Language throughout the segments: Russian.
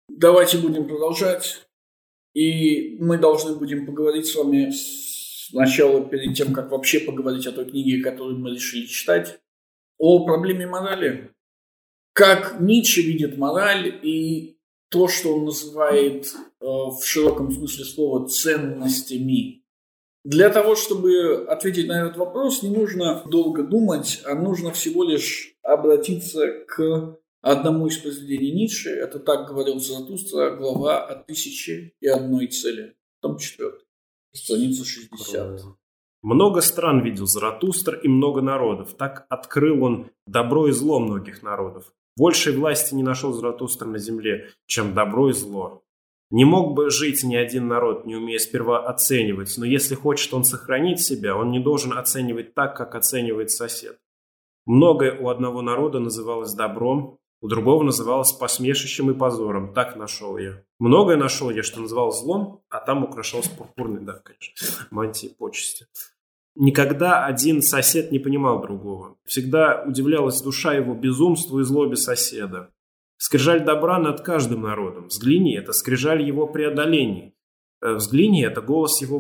Давайте будем продолжать. И мы должны будем поговорить с вами сначала, перед тем, как вообще поговорить о той книге, которую мы решили читать, о проблеме морали. Как Ницше видит мораль и то, что он называет в широком смысле слова ценностями. Для того, чтобы ответить на этот вопрос, не нужно долго думать, а нужно всего лишь обратиться к одному из произведений Ницше. Это «Так говорил Заратустра», глава о 1001 цели, том 4, страница 60. Много стран видел Заратустр и много народов. Так открыл он добро и зло многих народов. Большей власти не нашел Заратустр на земле, чем добро и зло. Не мог бы жить ни один народ, не умея сперва оценивать, но если хочет он сохранить себя, он не должен оценивать так, как оценивает сосед. Многое у одного народа называлось добром, у другого называлось посмешищем и позором. Так нашел я. Многое нашел я, что называлось злом, а там украшалось пурпурной, да, конечно, мантией почести. Никогда один сосед не понимал другого. Всегда удивлялась душа его безумству и злобе соседа. Скрижаль добра над каждым народом. Взгляни, это скрижаль его преодолений. Взгляни, это голос его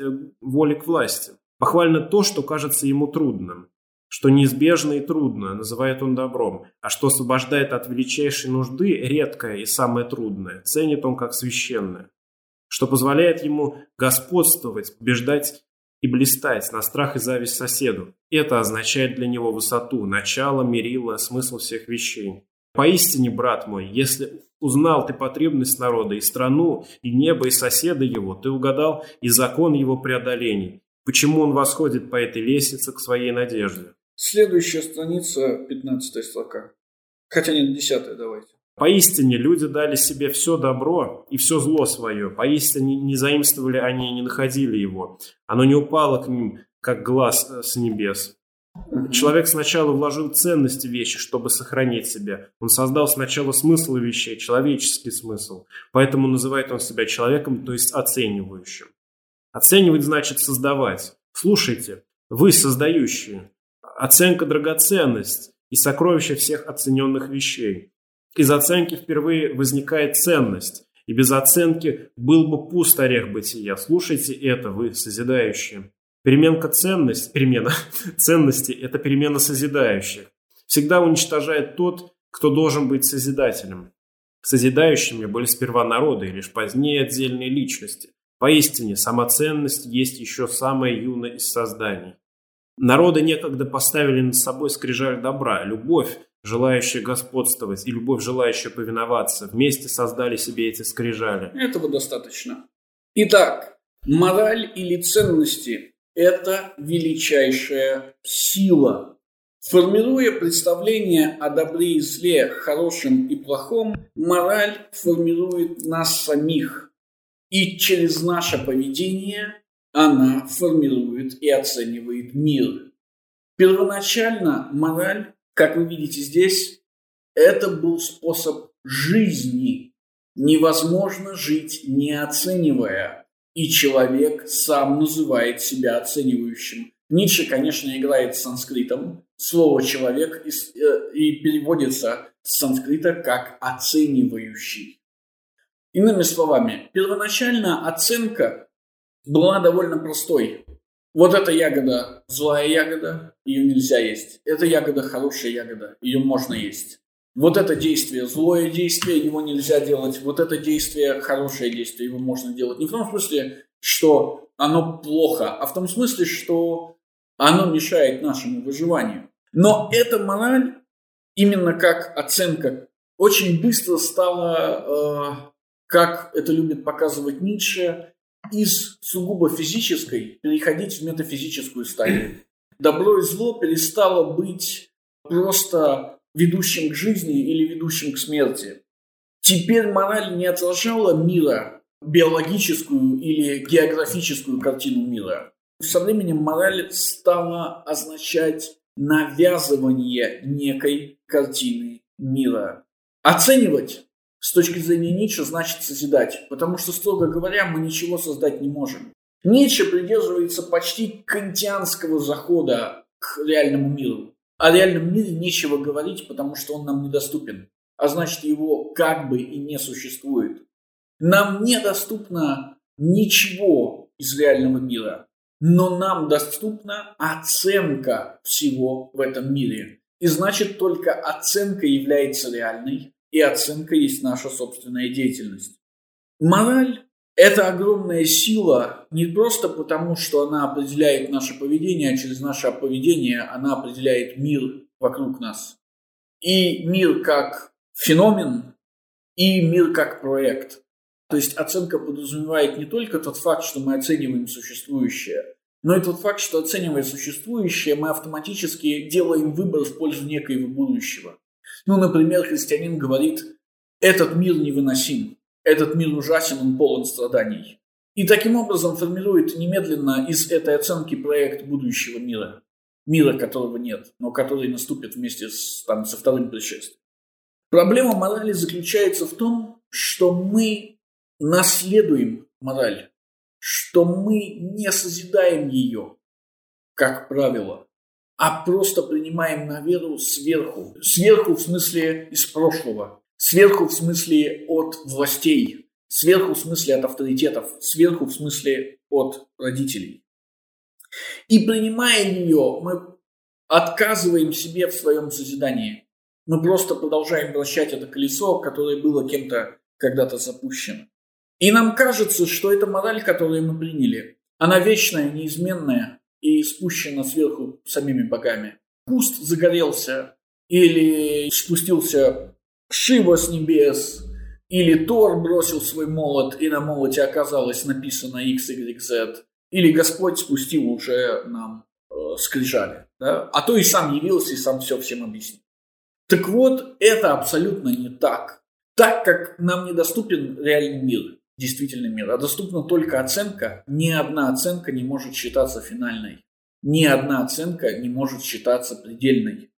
воли к власти. Похвально то, что кажется ему трудным. Что неизбежно и трудно, называет он добром, а что освобождает от величайшей нужды, редкое и самое трудное, ценит он как священное. Что позволяет ему господствовать, побеждать и блистать на страх и зависть соседу. Это означает для него высоту, начало, мерило, смысл всех вещей. Поистине, брат мой, если узнал ты потребность народа и страну, и небо, и соседа его, ты угадал и закон его преодолений. Почему он восходит по этой лестнице к своей надежде? Следующая страница, 15 строка. Хотя нет, 10 давайте. Поистине люди дали себе все добро и все зло свое. Поистине не заимствовали они и не находили его. Оно не упало к ним, как глаз с небес. Человек сначала вложил ценности в вещи, чтобы сохранить себя. Он создал сначала смысл вещей, человеческий смысл. Поэтому называет он себя человеком, то есть оценивающим. Оценивать значит создавать. Слушайте, вы создающие. Оценка – драгоценность и сокровище всех оцененных вещей. Из оценки впервые возникает ценность, и без оценки был бы пуст орех бытия. Слушайте это, вы созидающие. Перемена ценности – это перемена созидающих. Всегда уничтожает тот, кто должен быть созидателем. Созидающими были сперва народы, и лишь позднее отдельные личности. Поистине, самоценность есть еще самое юное из созданий. Народы некогда поставили над собой скрижаль добра, любовь, желающая господствовать, и любовь, желающая повиноваться, вместе создали себе эти скрижали. Этого достаточно. Итак, мораль или ценности – это величайшая сила. Формируя представление о добре и зле, хорошем и плохом, мораль формирует нас самих. И через наше поведение она формирует и оценивает мир. Первоначально мораль, как вы видите здесь, это был способ жизни. Невозможно жить, не оценивая. И человек сам называет себя оценивающим. Ницше, конечно, играет с санскритом. Слово «человек» и переводится с санскрита как «оценивающий». Иными словами, первоначально оценка была довольно простой. Вот эта ягода злая ягода, ее нельзя есть. Эта ягода хорошая ягода, ее можно есть. Вот это действие злое действие, его нельзя делать. Вот это действие хорошее действие, его можно делать. Не в том смысле, что оно плохо, а в том смысле, что оно мешает нашему выживанию. Но эта мораль, именно как оценка, очень быстро стала, как это любит показывать Ницше, из сугубо физической переходить в метафизическую стадию. Добро и зло перестало быть просто ведущим к жизни или ведущим к смерти. Теперь мораль не отражала мира, биологическую или географическую картину мира. Со временем мораль стала означать навязывание некой картины мира. Оценивать с точки зрения Ницше значит созидать, потому что, строго говоря, мы ничего создать не можем. Ницше придерживается почти кантианского захода к реальному миру. О реальном мире нечего говорить, потому что он нам недоступен. а значит его как бы и не существует. Нам недоступно ничего из реального мира, но нам доступна оценка всего в этом мире. И значит, только оценка является реальной, и оценка есть наша собственная деятельность. Мораль – это огромная сила не просто потому, что она определяет наше поведение, а через наше поведение она определяет мир вокруг нас. И мир как феномен, и мир как проект. То есть оценка подразумевает не только тот факт, что мы оцениваем существующее, но и тот факт, что, оценивая существующее, мы автоматически делаем выбор в пользу некоего будущего. Например, христианин говорит: этот мир невыносим, этот мир ужасен, он полон страданий. И таким образом формирует немедленно из этой оценки проект будущего мира. Мира, которого нет, но который наступит вместе со вторым пришествием. Проблема морали заключается в том, что мы наследуем мораль, что мы не созидаем ее, как правило, а просто принимаем на веру сверху. Сверху в смысле из прошлого, сверху в смысле от властей, сверху в смысле от авторитетов, сверху в смысле от родителей. И принимая ее, мы отказываем себе в своем созидании. Мы просто продолжаем вращать это колесо, которое было кем-то когда-то запущено. И нам кажется, что эта мораль, которую мы приняли, она вечная, неизменная и спущена сверху самими богами. Куст загорелся, или спустился Шива с небес, или Тор бросил свой молот, и на молоте оказалось написано X, Y, Z, или Господь спустил уже нам скрижали, да? А то и сам явился, и сам все всем объяснил. Так вот, это абсолютно не так. Так как нам недоступен реальный мир, действительный мир, а доступна только оценка, ни одна оценка не может считаться финальной. Ни одна оценка не может считаться предельной.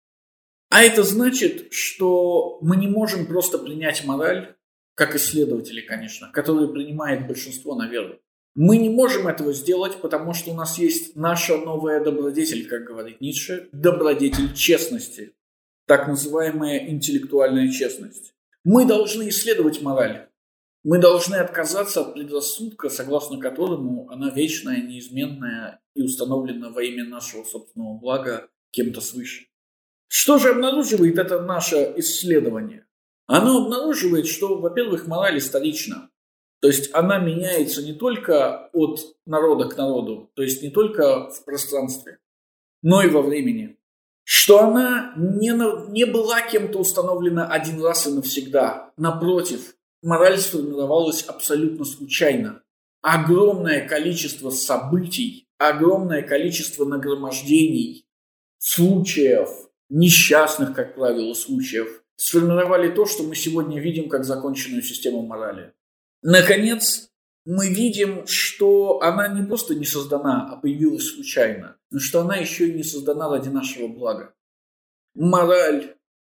А это значит, что мы не можем просто принять мораль, как исследователи, конечно, которые принимает большинство на веру. Мы не можем этого сделать, потому что у нас есть наша новая добродетель, как говорит Ницше, добродетель честности, так называемая интеллектуальная честность. Мы должны исследовать мораль. Мы должны отказаться от предрассудка, согласно которому она вечная, неизменная и установлена во имя нашего собственного блага кем-то свыше. Что же обнаруживает это наше исследование? Оно обнаруживает, что, во-первых, мораль исторична. То есть она меняется не только от народа к народу, то есть не только в пространстве, но и во времени. Что она не была кем-то установлена один раз и навсегда. Напротив, мораль сформировалась абсолютно случайно. Огромное количество событий, огромное количество нагромождений, случаев, несчастных, как правило, случаев, сформировали то, что мы сегодня видим как законченную систему морали. Наконец, мы видим, что она не просто не создана, а появилась случайно, но что она еще и не создана ради нашего блага. Мораль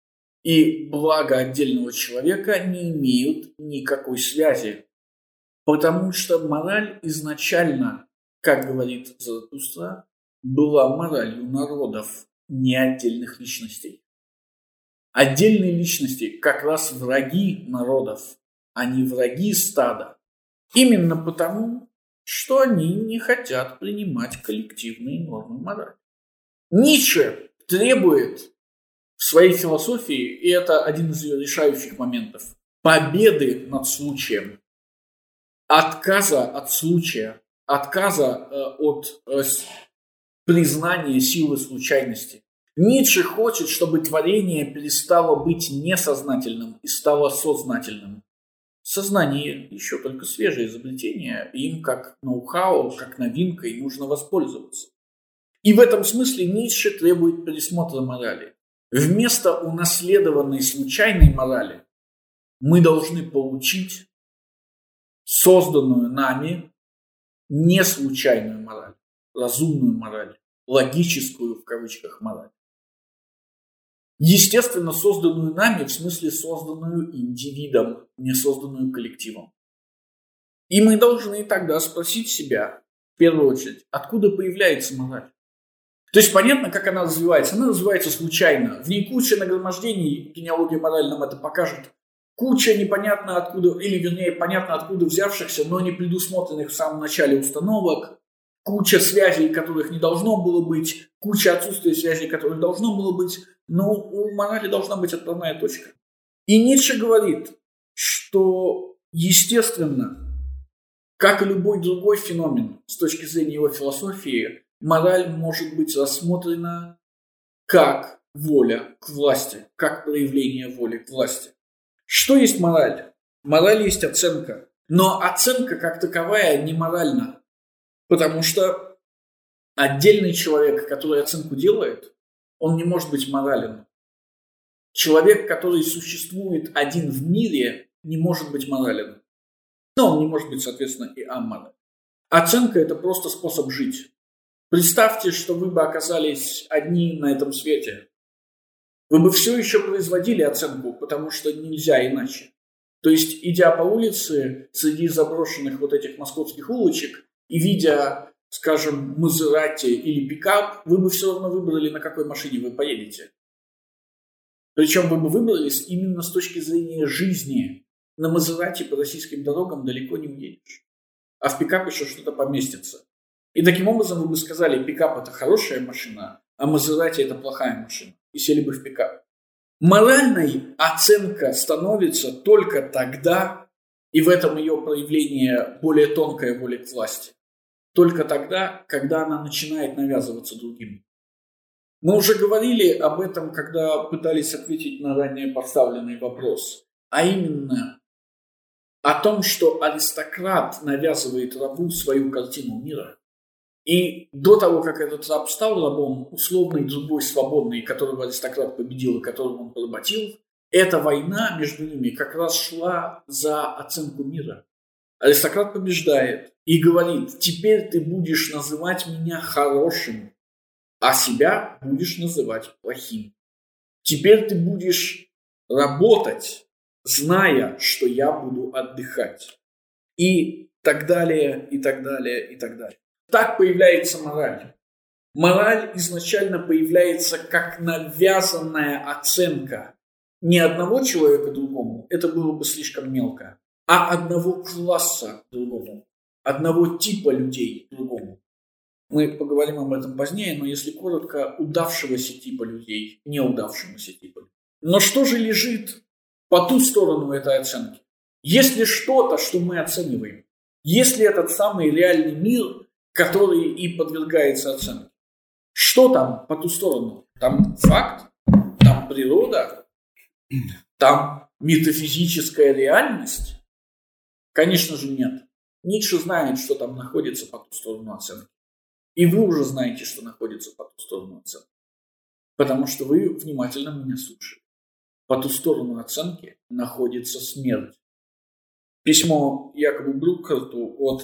и благо отдельного человека не имеют никакой связи, потому что мораль изначально, как говорит Заратустра, была моралью народов, не отдельных личностей. Отдельные личности как раз враги народов, а не враги стада. Именно потому, что они не хотят принимать коллективные нормы морали. Ницше требует в своей философии, и это один из ее решающих моментов, победы над случаем, отказа от случая, отказа от признания силы случайности. Ницше хочет, чтобы творение перестало быть несознательным и стало сознательным. Сознание еще только свежее изобретение, и им как ноу-хау, как новинкой нужно воспользоваться. И в этом смысле Ницше требует пересмотра морали. Вместо унаследованной случайной морали мы должны получить созданную нами не случайную мораль, разумную мораль, логическую в кавычках мораль. Естественно, созданную нами, в смысле созданную индивидом, не созданную коллективом. И мы должны тогда спросить себя, в первую очередь, откуда появляется мораль? То есть понятно, как она развивается. Она развивается случайно. В ней куча нагромождений, генеалогия морали нам это покажет. Куча непонятно откуда, или вернее понятно откуда взявшихся, но не предусмотренных в самом начале установок. Куча связей, которых не должно было быть. Куча отсутствия связей, которых должно было быть. Но у морали должна быть отправная точка. И Ницше говорит, что естественно, как и любой другой феномен с точки зрения его философии, мораль может быть рассмотрена как воля к власти, как проявление воли к власти. Что есть мораль? Мораль есть оценка. Но оценка как таковая не моральна. Потому что отдельный человек, который оценку делает, он не может быть морален. Человек, который существует один в мире, не может быть морален. Но он не может быть, соответственно, и аморален. Оценка – это просто способ жить. Представьте, что вы бы оказались одни на этом свете. Вы бы все еще производили оценку, потому что нельзя иначе. То есть, идя по улице среди заброшенных вот этих московских улочек и видя, скажем, Мазерати или пикап, вы бы все равно выбрали, на какой машине вы поедете. Причем вы бы выбрались именно с точки зрения жизни. На Мазерати по российским дорогам далеко не уедешь. А в пикап еще что-то поместится. И таким образом вы бы сказали, пикап это хорошая машина, а Мазерати это плохая машина. И сели бы в пикап. Моральной оценка становится только тогда, и в этом ее проявление более тонкое воля к власти, только тогда, когда она начинает навязываться другим. Мы уже говорили об этом, когда пытались ответить на ранее поставленный вопрос, а именно о том, что аристократ навязывает рабу свою картину мира. И до того, как этот раб стал рабом, условный другой свободный, которого аристократ победил и которого он поработил, эта война между ними как раз шла за оценку мира. Аристократ побеждает и говорит, теперь ты будешь называть меня хорошим, а себя будешь называть плохим. Теперь ты будешь работать, зная, что я буду отдыхать. И так далее, и так далее, и так далее. Так появляется мораль. Мораль изначально появляется как навязанная оценка не одного человека другому, это было бы слишком мелко, а одного класса другому, одного типа людей другому. Мы поговорим об этом позднее, но если коротко, удавшегося типа людей, неудавшемуся типа людей. Но что же лежит по ту сторону этой оценки? Есть ли что-то, что мы оцениваем? Есть ли этот самый реальный мир, который и подвергается оценке? Что там по ту сторону? Там факт? Там природа? Там метафизическая реальность? Конечно же нет. Ницше знает, что там находится по ту сторону оценки. И вы уже знаете, что находится по ту сторону оценки. Потому что вы внимательно меня слушаете. По ту сторону оценки находится смерть. Письмо Якобу Брукхарту от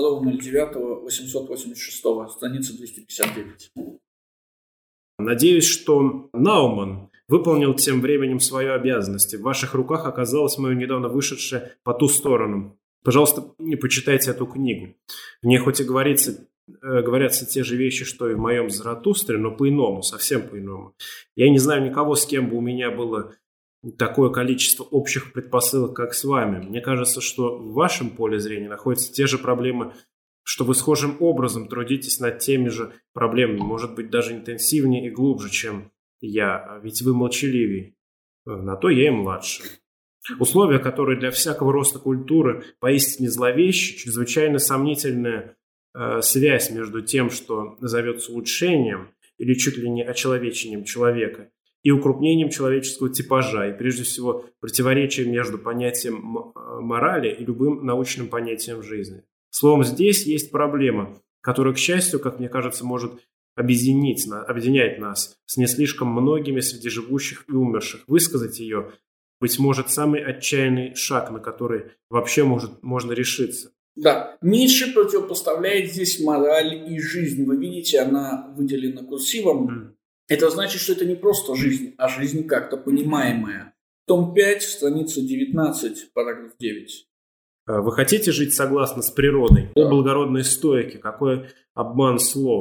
22.09.886, страница 259. Надеюсь, что Науман выполнил тем временем свою обязанность. В ваших руках оказалось мое недавно вышедшее «По ту сторону». Пожалуйста, не почитайте эту книгу. В ней хоть и говорятся те же вещи, что и в моем Заратустре, но по-иному, совсем по-иному. Я не знаю никого, с кем бы у меня было такое количество общих предпосылок, как с вами. Мне кажется, что в вашем поле зрения находятся те же проблемы, что вы схожим образом трудитесь над теми же проблемами, может быть, даже интенсивнее и глубже, чем я, ведь вы молчаливее. На то я и младше. Условия, которые для всякого роста культуры поистине зловещи, чрезвычайно сомнительная связь между тем, что назовется улучшением или чуть ли не очеловечением человека, и укрупнением человеческого типажа, и прежде всего противоречием между понятием морали и любым научным понятием жизни. Словом, здесь есть проблема, которая, к счастью, как мне кажется, может объединять нас с не слишком многими среди живущих и умерших. Высказать ее, быть может, самый отчаянный шаг, на который вообще можно решиться. Да, Ницше противопоставляет здесь мораль и жизнь. Вы видите, она выделена курсивом. Это значит, что это не просто жизнь, а жизнь как-то понимаемая. Том 5, страница 19, параграф 9. Вы хотите жить согласно с природой? Да. О, благородные стоики, какой обман слов.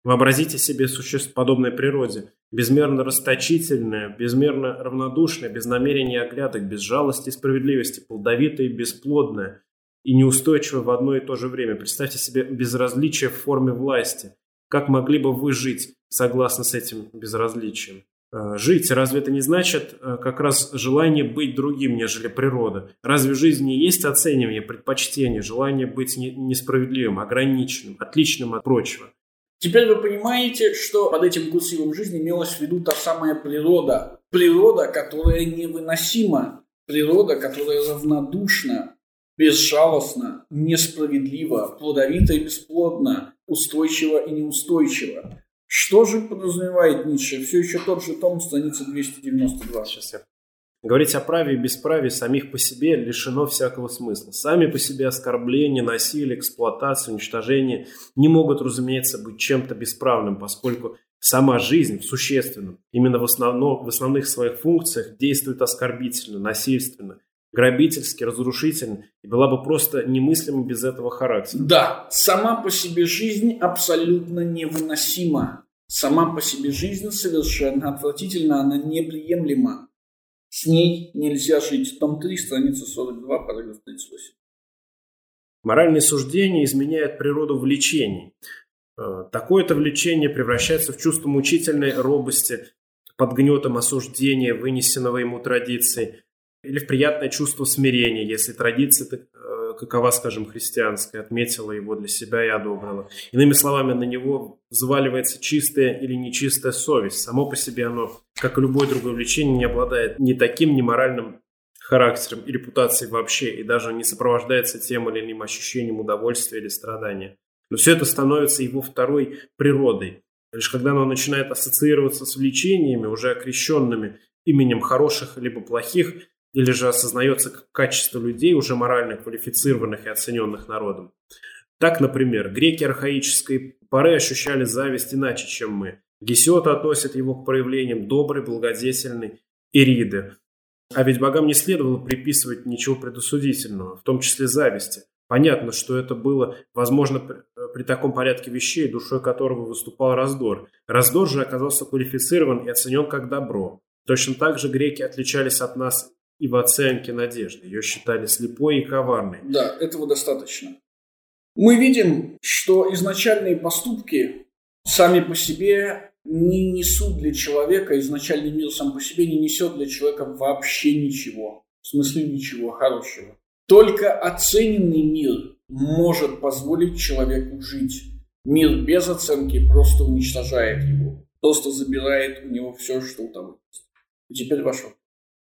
Вообразите себе существ, подобное природе, безмерно расточительное, безмерно равнодушное, без намерений и оглядок, без жалости и справедливости, плодовитое и бесплодное, и неустойчивое в одно и то же время. Представьте себе безразличие в форме власти. Как могли бы вы жить согласно с этим безразличием? Жить, разве это не значит как раз желание быть другим, нежели природа? Разве в жизни не есть оценивание, предпочтение, желание быть несправедливым, ограниченным, отличным от прочего? Теперь вы понимаете, что под этим курсивом жизни имелась в виду та самая природа. Природа, которая невыносима. Природа, которая равнодушна, безжалостна, несправедлива, плодовита и бесплодна, устойчива и неустойчива. Что же подразумевает Ницше? Все еще тот же том, страница 292. Сейчас я... Говорить о праве и бесправии самих по себе лишено всякого смысла. Сами по себе оскорбления, насилие, эксплуатация, уничтожение не могут, разумеется, быть чем-то бесправным, поскольку сама жизнь в существенном, именно в основных своих функциях действует оскорбительно, насильственно, грабительски, разрушительно и была бы просто немыслима без этого характера. Да, сама по себе жизнь абсолютно невыносима. Сама по себе жизнь совершенно отвратительна, она неприемлема. С ней нельзя жить. Том 3, страница 42, параграф 38. Моральные суждения изменяют природу влечений. Такое-то влечение превращается в чувство мучительной робости под гнетом осуждения, вынесенного ему традицией, или в приятное чувство смирения, если традиция, какова, скажем, христианская, отметила его для себя и одобрила. Иными словами, на него взваливается чистая или нечистая совесть. Само по себе оно, как и любое другое влечение, не обладает ни таким неморальным характером и репутацией вообще, и даже не сопровождается тем или иным ощущением удовольствия или страдания. Но все это становится его второй природой. Лишь когда оно начинает ассоциироваться с влечениями, уже окрещенными именем хороших либо плохих, или же осознается как качество людей, уже морально квалифицированных и оцененных народом. Так, например, греки архаической поры ощущали зависть иначе, чем мы. Гесиод относит его к проявлениям доброй, благодетельной Ириды. А ведь богам не следовало приписывать ничего предосудительного, в том числе зависти. Понятно, что это было возможно при таком порядке вещей, душой которого выступал раздор. Раздор же оказался квалифицирован и оценен как добро. Точно так же греки отличались от нас и в оценке надежды. Ее считали слепой и коварной. Да, этого достаточно. Мы видим, что изначальные поступки сами по себе не несут для человека, изначальный мир сам по себе не несет для человека вообще ничего. В смысле ничего хорошего. Только оцененный мир может позволить человеку жить. Мир без оценки просто уничтожает его. Просто забирает у него все, что у того есть. И теперь ваш вопрос.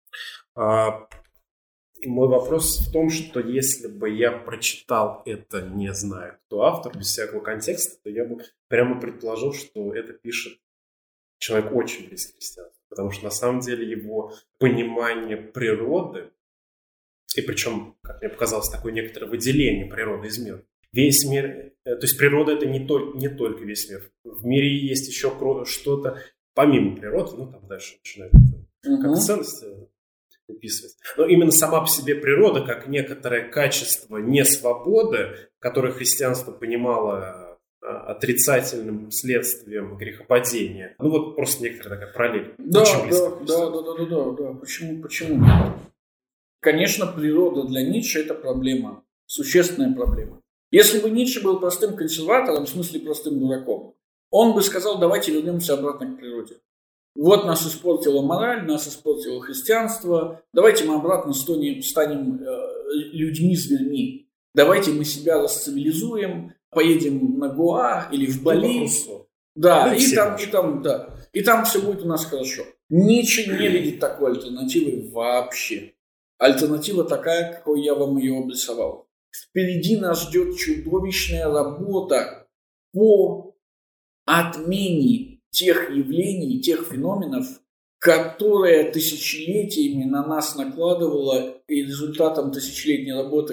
Мой вопрос в том, что если бы я прочитал это, не зная, кто автор, без всякого контекста, то я бы прямо предположил, что это пишет человек очень близкий к христианству. Потому что на самом деле его понимание природы, и причем, как мне показалось, такое некоторое выделение природы из мира. Весь мир, то есть природа это не только весь мир. В мире есть еще что-то помимо природы, ну там дальше начинает как ценности описывать. Но именно сама по себе природа, как некоторое качество несвободы, которое христианство понимало отрицательным следствием грехопадения. Ну вот просто некоторая такая параллель. Да. Почему нет? Конечно, природа для Ницше это проблема, существенная проблема. Если бы Ницше был простым консерватором, в смысле простым дураком, он бы сказал, давайте вернемся обратно к природе. Вот нас испортила мораль, нас испортило христианство. Давайте мы обратно станем людьми-зверьми. Давайте мы себя расцивилизуем, поедем на Гоа или в Бали. Да, и там все будет у нас хорошо. Ницше не видит такой альтернативы вообще. Альтернатива такая, какой я вам ее обрисовал. Впереди нас ждет чудовищная работа по отмене тех явлений, тех феноменов, которые тысячелетиями на нас накладывала, и результатом тысячелетней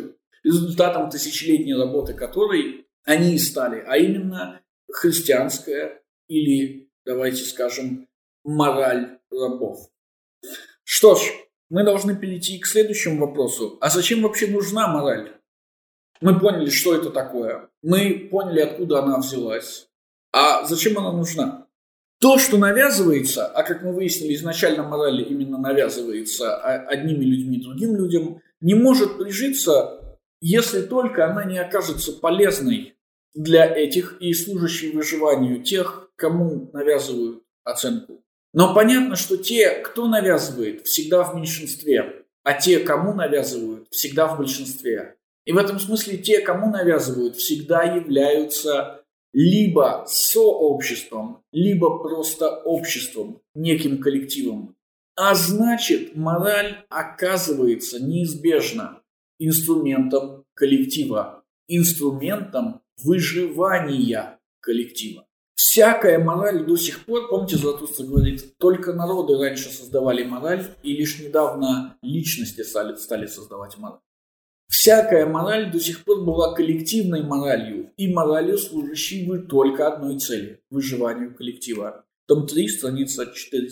работы которой они и стали, а именно христианская или, давайте скажем, мораль рабов. Что ж, мы должны перейти к следующему вопросу. А зачем вообще нужна мораль? Мы поняли, что это такое. Мы поняли, откуда она взялась. А зачем она нужна? То, что навязывается, а как мы выяснили, изначально мораль именно навязывается одними людьми другим людям, не может прижиться, если только она не окажется полезной для этих и служащей выживанию тех, кому навязывают оценку. Но понятно, что те, кто навязывает, всегда в меньшинстве, а те, кому навязывают, всегда в большинстве. И в этом смысле те, кому навязывают, всегда являются либо сообществом, либо просто обществом, неким коллективом. А значит, мораль оказывается неизбежно инструментом коллектива, инструментом выживания коллектива. Всякая мораль до сих пор, помните, Заратустра говорит, только народы раньше создавали мораль, и лишь недавно личности стали создавать мораль. Всякая мораль до сих пор была коллективной моралью, и моралью, служащей только одной цели – выживанию коллектива. Том 3, страница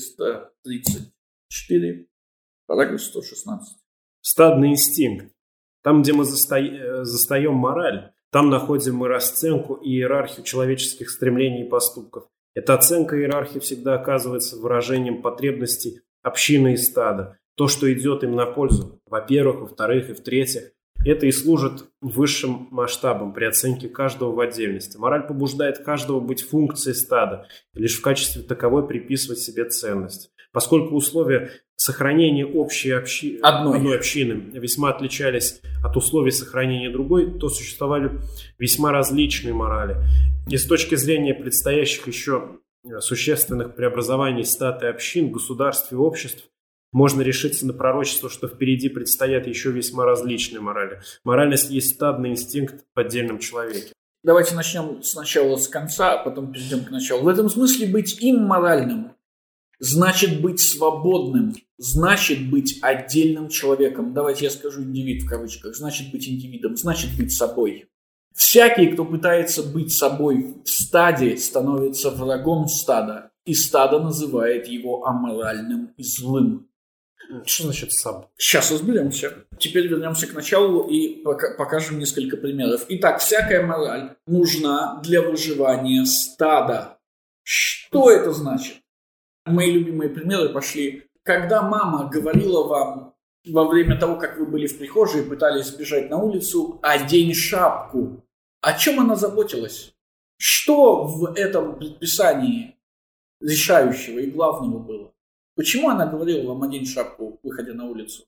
434, параграф 116. Стадный инстинкт. Там, где мы застаем мораль, там находим мы расценку и иерархию человеческих стремлений и поступков. Эта оценка и иерархия всегда оказывается выражением потребностей общины и стада. То, что идет им на пользу, во-первых, во-вторых и в-третьих, это и служит высшим масштабом при оценке каждого в отдельности. Мораль побуждает каждого быть функцией стада, и лишь в качестве таковой приписывать себе ценность. Поскольку условия сохранения одной общины весьма отличались от условий сохранения другой, то существовали весьма различные морали. И с точки зрения предстоящих еще существенных преобразований стад и общин, государств и обществ, можно решиться на пророчество, что впереди предстоят еще весьма различные морали. Моральность есть стадный инстинкт в отдельном человеке. Давайте начнем сначала с конца, а потом перейдем к началу. В этом смысле быть имморальным значит быть свободным, значит быть отдельным человеком. Давайте я скажу индивид в кавычках. Значит быть индивидом, значит быть собой. Всякий, кто пытается быть собой в стаде, становится врагом стада, и стадо называет его аморальным и злым. Что значит саб? Сейчас разберемся. Теперь вернемся к началу и покажем несколько примеров. Итак, всякая мораль нужна для выживания стада. Что это значит? Мои любимые примеры пошли. Когда мама говорила вам во время того, как вы были в прихожей и пытались сбежать на улицу, одень шапку. О чем она заботилась? Что в этом предписании решающего и главного было? Почему она говорила вам одень шапку, выходя на улицу?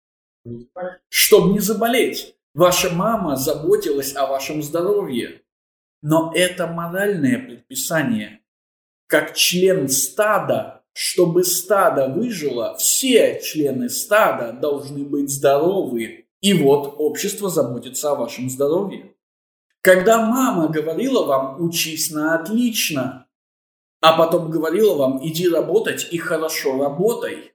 Чтобы не заболеть. Ваша мама заботилась о вашем здоровье. Но это моральное предписание. Как член стада, чтобы стадо выжило, все члены стада должны быть здоровы. И вот общество заботится о вашем здоровье. Когда мама говорила вам «учись на отлично», а потом говорила вам «иди работать и хорошо работай»,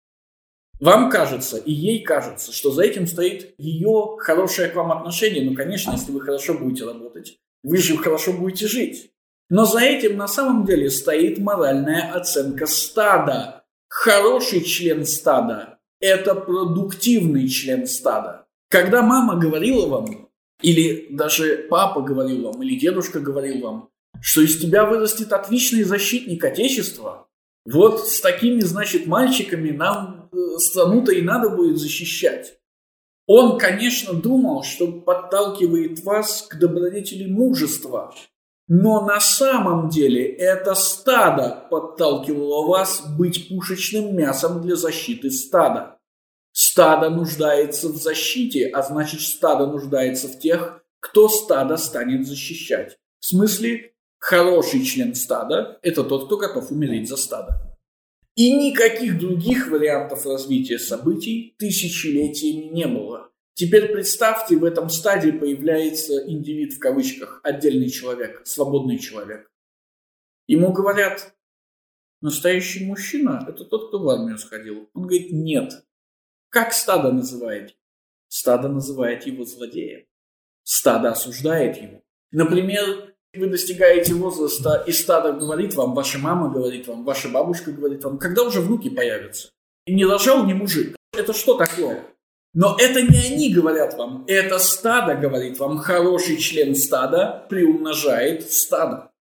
вам кажется и ей кажется, что за этим стоит ее хорошее к вам отношение. Ну, конечно, если вы хорошо будете работать, вы же хорошо будете жить. Но за этим на самом деле стоит моральная оценка стада. Хороший член стада – это продуктивный член стада. Когда мама говорила вам, или даже папа говорил вам, или дедушка говорил вам, что из тебя вырастет отличный защитник Отечества, вот с такими, значит, мальчиками нам страну-то и надо будет защищать. Он, конечно, думал, что подталкивает вас к добродетели мужества, но на самом деле это стадо подталкивало вас быть пушечным мясом для защиты стада. Стадо нуждается в защите, а значит, стадо нуждается в тех, кто стадо станет защищать. В смысле, хороший член стада – это тот, кто готов умереть за стадо. И никаких других вариантов развития событий тысячелетиями не было. Теперь представьте, в этом стадии появляется индивид в кавычках, отдельный человек, свободный человек. Ему говорят, настоящий мужчина – это тот, кто в армию сходил. Он говорит, нет. Как стадо называет? Стадо называет его злодеем. Стадо осуждает его. Например, вы достигаете возраста, и стадо говорит вам, ваша мама говорит вам, ваша бабушка говорит вам, когда уже внуки появятся? И не рожал ни мужик. Это что такое? Но это не они говорят вам, это стадо говорит вам, хороший член стада приумножает стадо.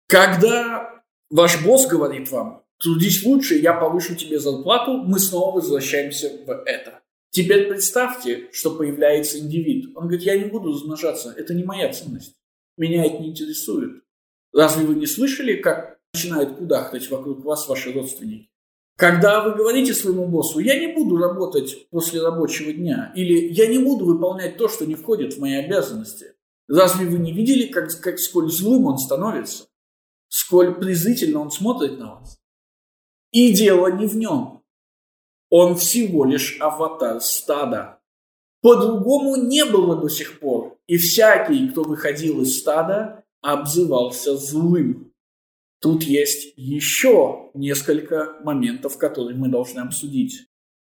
Когда ваш босс говорит вам: трудись лучше, я повышу тебе зарплату, мы снова возвращаемся в это. Теперь представьте, что появляется индивид. Он говорит: я не буду размножаться, это не моя ценность. Меня это не интересует. Разве вы не слышали, как начинают кудахтать вокруг вас ваши родственники? Когда вы говорите своему боссу: я не буду работать после рабочего дня, или я не буду выполнять то, что не входит в мои обязанности, разве вы не видели, сколь злым он становится? Сколь презрительно он смотрит на вас? И дело не в нем. Он всего лишь аватар стада. По-другому не было до сих пор. И всякий, кто выходил из стада, обзывался злым. Тут есть еще несколько моментов, которые мы должны обсудить.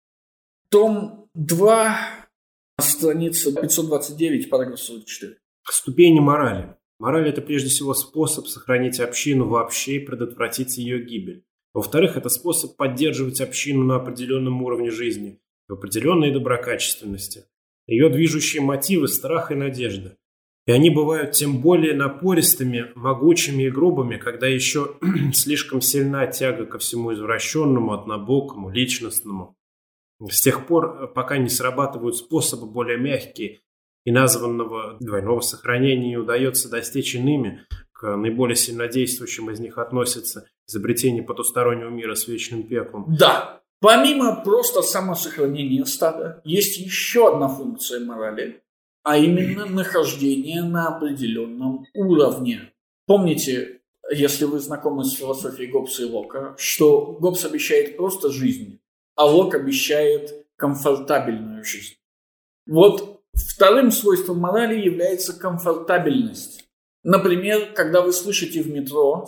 Том 2, страница 529, параграф 44. Ступени морали. Мораль – это прежде всего способ сохранить общину вообще и предотвратить ее гибель. Во-вторых, это способ поддерживать общину на определенном уровне жизни, в определенной доброкачественности. Ее движущие мотивы – страх и надежда. И они бывают тем более напористыми, могучими и грубыми, когда еще слишком сильна тяга ко всему извращенному, однобокому, личностному. С тех пор, пока не срабатывают способы более мягкие, и названного двойного сохранения не удается достичь иными, к наиболее сильнодействующим из них относятся изобретение потустороннего мира с вечным пеклом. Да, помимо просто самосохранения стада, есть еще одна функция морали, а именно нахождение на определенном уровне. Помните, если вы знакомы с философией Гоббса и Лока, что Гоббс обещает просто жизнь, а Лок обещает комфортабельную жизнь. Вот вторым свойством морали является комфортабельность. Например, когда вы слышите в метро,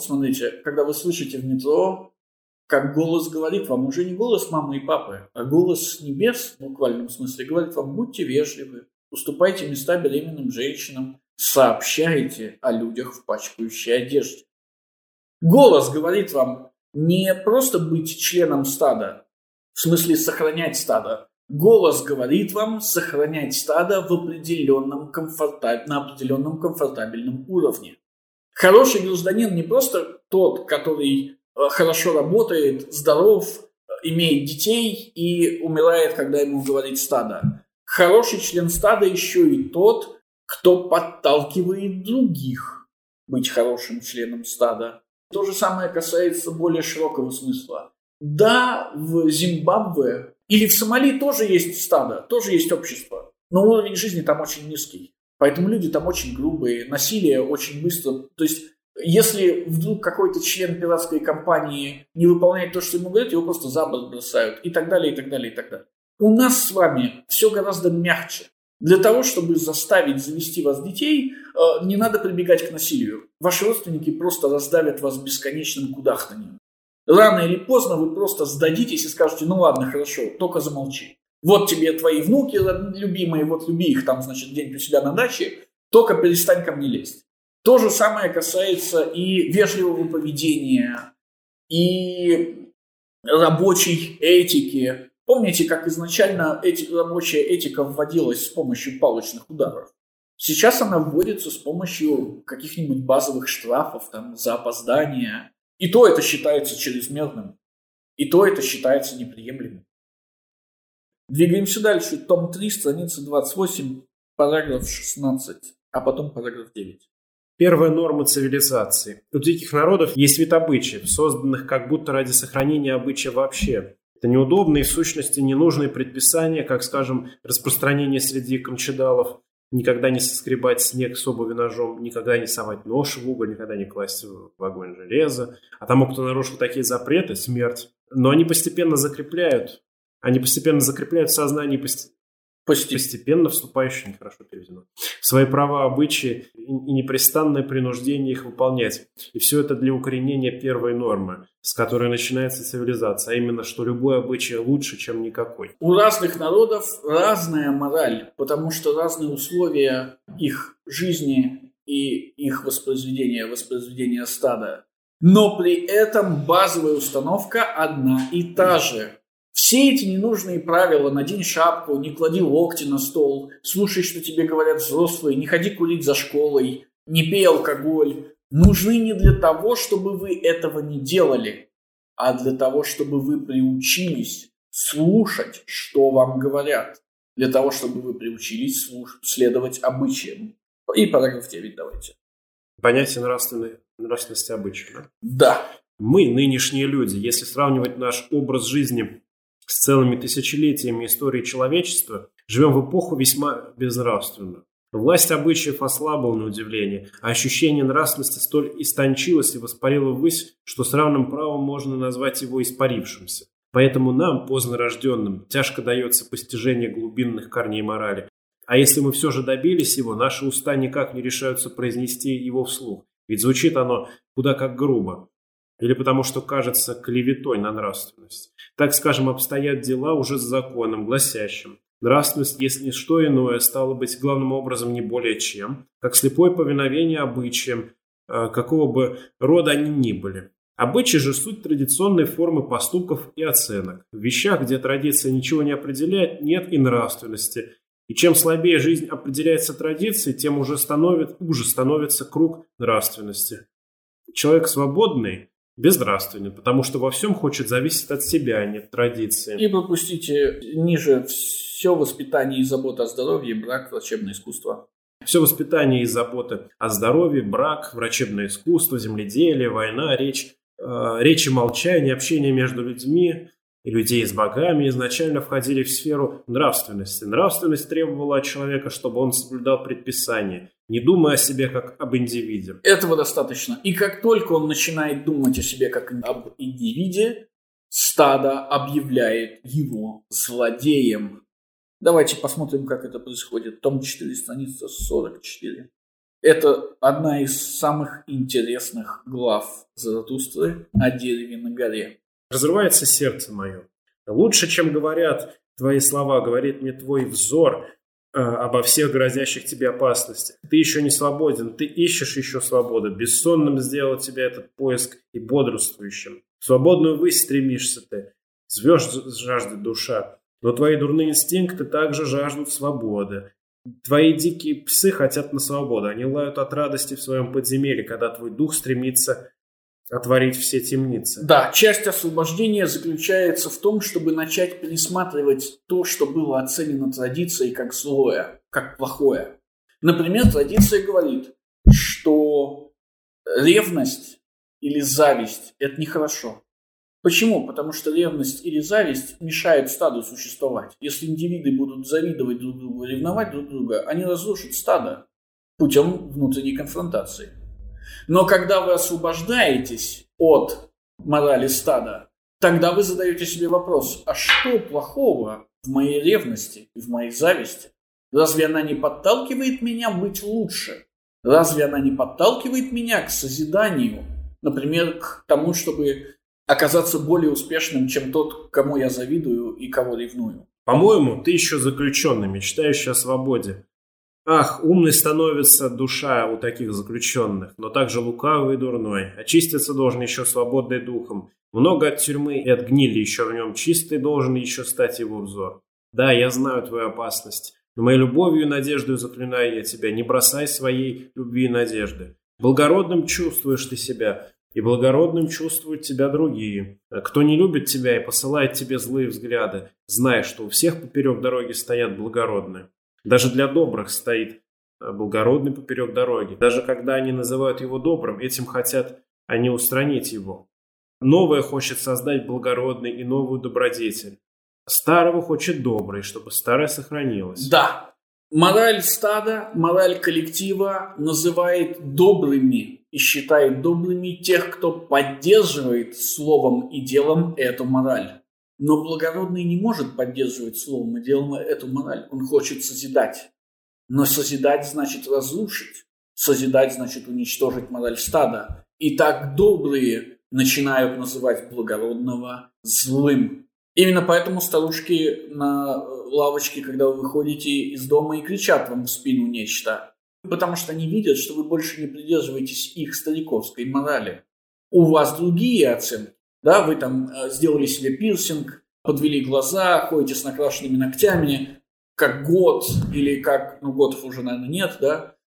как голос говорит вам, уже не голос мамы и папы, а голос с небес, в буквальном смысле, говорит вам: будьте вежливы, уступайте места беременным женщинам, сообщайте о людях в пачкающей одежде. Голос говорит вам не просто быть членом стада, в смысле сохранять стадо. Голос говорит вам сохранять стадо на определенном комфортабельном уровне. Хороший гражданин не просто тот, который хорошо работает, здоров, имеет детей и умирает, когда ему говорит стадо. Хороший член стада еще и тот, кто подталкивает других быть хорошим членом стада. То же самое касается более широкого смысла. Да, в Зимбабве или в Сомали тоже есть стадо, тоже есть общество, но уровень жизни там очень низкий. Поэтому люди там очень грубые, насилие очень быстро. То есть, если вдруг какой-то член пиратской компании не выполняет то, что ему говорят, его просто за борт бросают и так далее, и так далее, и так далее. У нас с вами все гораздо мягче. Для того, чтобы заставить завести вас детей, не надо прибегать к насилию. Ваши родственники просто раздавят вас бесконечным кудахтанием. Рано или поздно вы просто сдадитесь и скажете: ну ладно, хорошо, только замолчи. Вот тебе твои внуки любимые, вот люби их там, значит, где-нибудь у себя на даче, только перестань ко мне лезть. То же самое касается и вежливого поведения, и рабочей этики. Помните, как изначально рабочая этика вводилась с помощью палочных ударов? Сейчас она вводится с помощью каких-нибудь базовых штрафов там, за опоздание. И то это считается чрезмерным, и то это считается неприемлемым. Двигаемся дальше. Том 3, страница 28, параграф 16, а потом параграф 9. Первая норма цивилизации. У диких народов есть вид обычаев, созданных как будто ради сохранения обычая вообще. Это неудобные, в сущности, ненужные предписания, как, скажем, распространение среди камчедалов, никогда не соскребать снег с обуви ножом, никогда не совать нож в уголь, никогда не класть в огонь железо. А тому, кто нарушил такие запреты, смерть. Но они постепенно закрепляют в сознании постепенно вступающие, нехорошо переведено, в свои права, обычаи и непрестанное принуждение их выполнять. И все это для укоренения первой нормы, с которой начинается цивилизация, а именно, что любой обычай лучше, чем никакой. У разных народов разная мораль, потому что разные условия их жизни и их воспроизведения стада. Но при этом базовая установка одна и та же. Все эти ненужные правила: надень шапку, не клади локти на стол, слушай, что тебе говорят взрослые, не ходи курить за школой, не пей алкоголь, нужны не для того, чтобы вы этого не делали, а для того, чтобы вы приучились слушать, что вам говорят. Для того, чтобы вы приучились следовать обычаям. И параграф 9 давайте. Понятие нравственности обычаев. Да? Да. Мы, нынешние люди, если сравнивать наш образ жизни с целыми тысячелетиями истории человечества, живем в эпоху весьма безнравственную. Власть обычаев ослабла на удивление, а ощущение нравственности столь истончилось и воспарило ввысь, что с равным правом можно назвать его испарившимся. Поэтому нам, поздно рожденным, тяжко дается постижение глубинных корней морали. А если мы все же добились его, наши уста никак не решаются произнести его вслух, ведь звучит оно куда как грубо. Или потому что кажется клеветой на нравственность. Так, скажем, обстоят дела уже с законом, гласящим: нравственность, если не что иное, стало быть главным образом не более чем, как слепое повиновение обычаям, какого бы рода они ни были. Обычаи же суть традиционной формы поступков и оценок. В вещах, где традиция ничего не определяет, нет и нравственности. И чем слабее жизнь определяется традицией, тем уже становится круг нравственности. Человек свободный безнравственен, потому что во всем хочет зависеть от себя, а не от традиции. И пропустите ниже: все воспитание и забота о здоровье, брак, врачебное искусство. Все воспитание и забота о здоровье, брак, врачебное искусство, земледелие, война, речь и молчание, общение между людьми и людей с богами изначально входили в сферу нравственности. Нравственность требовала от человека, чтобы он соблюдал предписания, не думая о себе как об индивиде. Этого достаточно. И как только он начинает думать о себе как об индивиде, стадо объявляет его злодеем. Давайте посмотрим, как это происходит. Том 4, страница 44. Это одна из самых интересных глав Заратустры о дереве на горе. Разрывается сердце мое. Лучше, чем говорят твои слова, говорит мне твой взор обо всех грозящих тебе опасностях. Ты еще не свободен, ты ищешь еще свободу. Бессонным сделал тебя этот поиск и бодрствующим. В свободную высь стремишься ты. Звезд жаждет душа. Но твои дурные инстинкты также жаждут свободы. Твои дикие псы хотят на свободу. Они лают от радости в своем подземелье, когда твой дух стремится отворить все темницы. Да, часть освобождения заключается в том, чтобы начать пересматривать то, что было оценено традицией как злое, как плохое. Например, традиция говорит, что ревность или зависть – это нехорошо. Почему? Потому что ревность или зависть мешают стаду существовать. Если индивиды будут завидовать друг другу, ревновать друг друга, они разрушат стадо путем внутренней конфронтации. Но когда вы освобождаетесь от морали стада, тогда вы задаете себе вопрос: а что плохого в моей ревности и в моей зависти? Разве она не подталкивает меня быть лучше? Разве она не подталкивает меня к созиданию? Например, к тому, чтобы оказаться более успешным, чем тот, кому я завидую и кого ревную. По-моему, ты еще заключенный, мечтающий о свободе. Ах, умной становится душа у таких заключенных, но также лукавый и дурной. Очиститься должен еще свободный духом. Много от тюрьмы и от гнили еще в нем. Чистый должен еще стать его взор. Да, я знаю твою опасность, но моей любовью и надеждой заклинаю я тебя. Не бросай своей любви и надежды. Благородным чувствуешь ты себя, и благородным чувствуют тебя другие. Кто не любит тебя и посылает тебе злые взгляды, знай, что у всех поперек дороги стоят благородные. Даже для добрых стоит благородный поперек дороги. Даже когда они называют его добрым, этим хотят они устранить его. Новое хочет создать благородный и новую добродетель. Старого хочет добрый, чтобы старое сохранилось. Да, мораль стада, мораль коллектива называет добрыми и считает добрыми тех, кто поддерживает словом и делом эту мораль. Но благородный не может поддерживать словом и делом эту мораль. Он хочет созидать. Но созидать значит разрушить. Созидать значит уничтожить мораль стада. И так добрые начинают называть благородного злым. Именно поэтому старушки на лавочке, когда вы выходите из дома, и кричат вам в спину нечто. Потому что они видят, что вы больше не придерживаетесь их стариковской морали. У вас другие оценки. Да, вы там сделали себе пирсинг, подвели глаза, ходите с накрашенными ногтями, как гот, или как, готов уже, наверное, нет, да,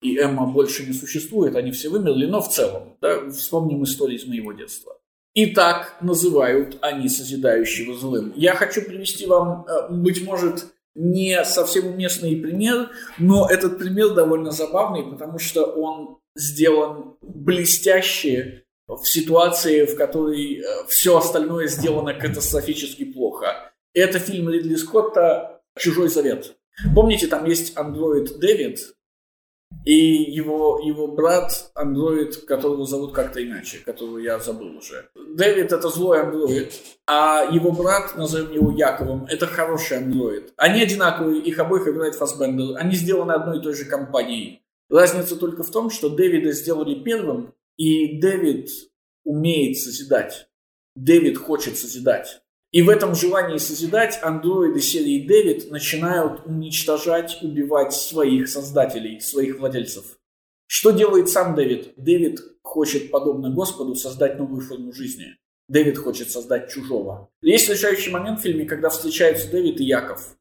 и Эмма больше не существует, они все вымерли, но в целом, да, вспомним историю из моего детства. И так называют они созидающего злым. Я хочу привести вам, быть может, не совсем уместный пример, но этот пример довольно забавный, потому что он сделан блестяще в ситуации, в которой все остальное сделано катастрофически плохо. Это фильм Ридли Скотта «Чужой завет». Помните, там есть андроид Дэвид и его брат андроид, которого зовут как-то иначе, которого я забыл уже. Дэвид — это злой андроид, а его брат, назовем его Яковом, это хороший андроид. Они одинаковые, их обоих играет Фассбендер, они сделаны одной и той же компанией. Разница только в том, что Дэвида сделали первым, и Дэвид умеет созидать. Дэвид хочет созидать. И в этом желании созидать андроиды серии Дэвид начинают уничтожать, убивать своих создателей, своих владельцев. Что делает сам Дэвид? Дэвид хочет, подобно Господу, создать новую форму жизни. Дэвид хочет создать чужого. Есть решающий момент в фильме, когда встречаются Дэвид и Яков.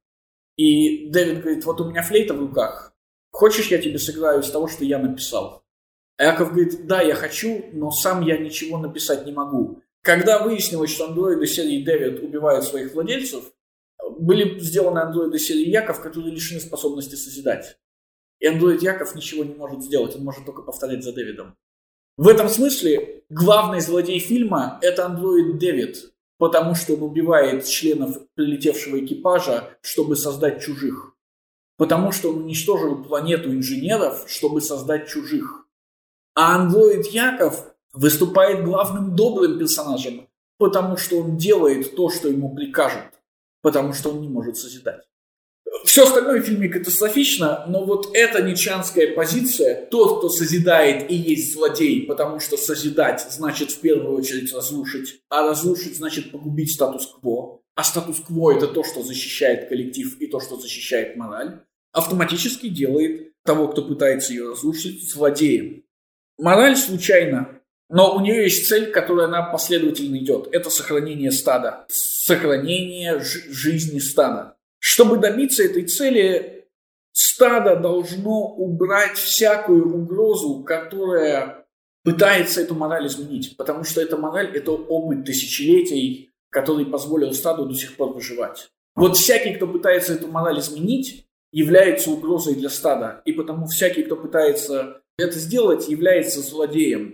И Дэвид говорит: вот у меня флейта в руках. Хочешь, я тебе сыграю из того, что я написал? А Яков говорит: да, я хочу, но сам я ничего написать не могу. Когда выяснилось, что андроиды серии Дэвид убивают своих владельцев, были сделаны андроиды серии Яков, которые лишены способности созидать. И андроид Яков ничего не может сделать, он может только повторять за Дэвидом. В этом смысле главный злодей фильма – это андроид Дэвид, потому что он убивает членов прилетевшего экипажа, чтобы создать чужих. Потому что он уничтожил планету инженеров, чтобы создать чужих. А андроид Яков выступает главным добрым персонажем, потому что он делает то, что ему прикажут, потому что он не может созидать. Все остальное в фильме катастрофично, но вот эта ницшеанская позиция, тот, кто созидает и есть злодей, потому что созидать значит в первую очередь разрушить, а разрушить значит погубить статус-кво, а статус-кво — это то, что защищает коллектив и то, что защищает мораль, автоматически делает того, кто пытается ее разрушить, злодеем. Мораль случайна. Но у нее есть цель, к которой она последовательно идет. Это сохранение стада. Сохранение жизни стада. Чтобы добиться этой цели, стадо должно убрать всякую угрозу, которая пытается эту мораль изменить. Потому что эта мораль – это опыт тысячелетий, который позволил стаду до сих пор выживать. Вот всякий, кто пытается эту мораль изменить, является угрозой для стада. И потому всякий, кто пытается это сделать, является злодеем.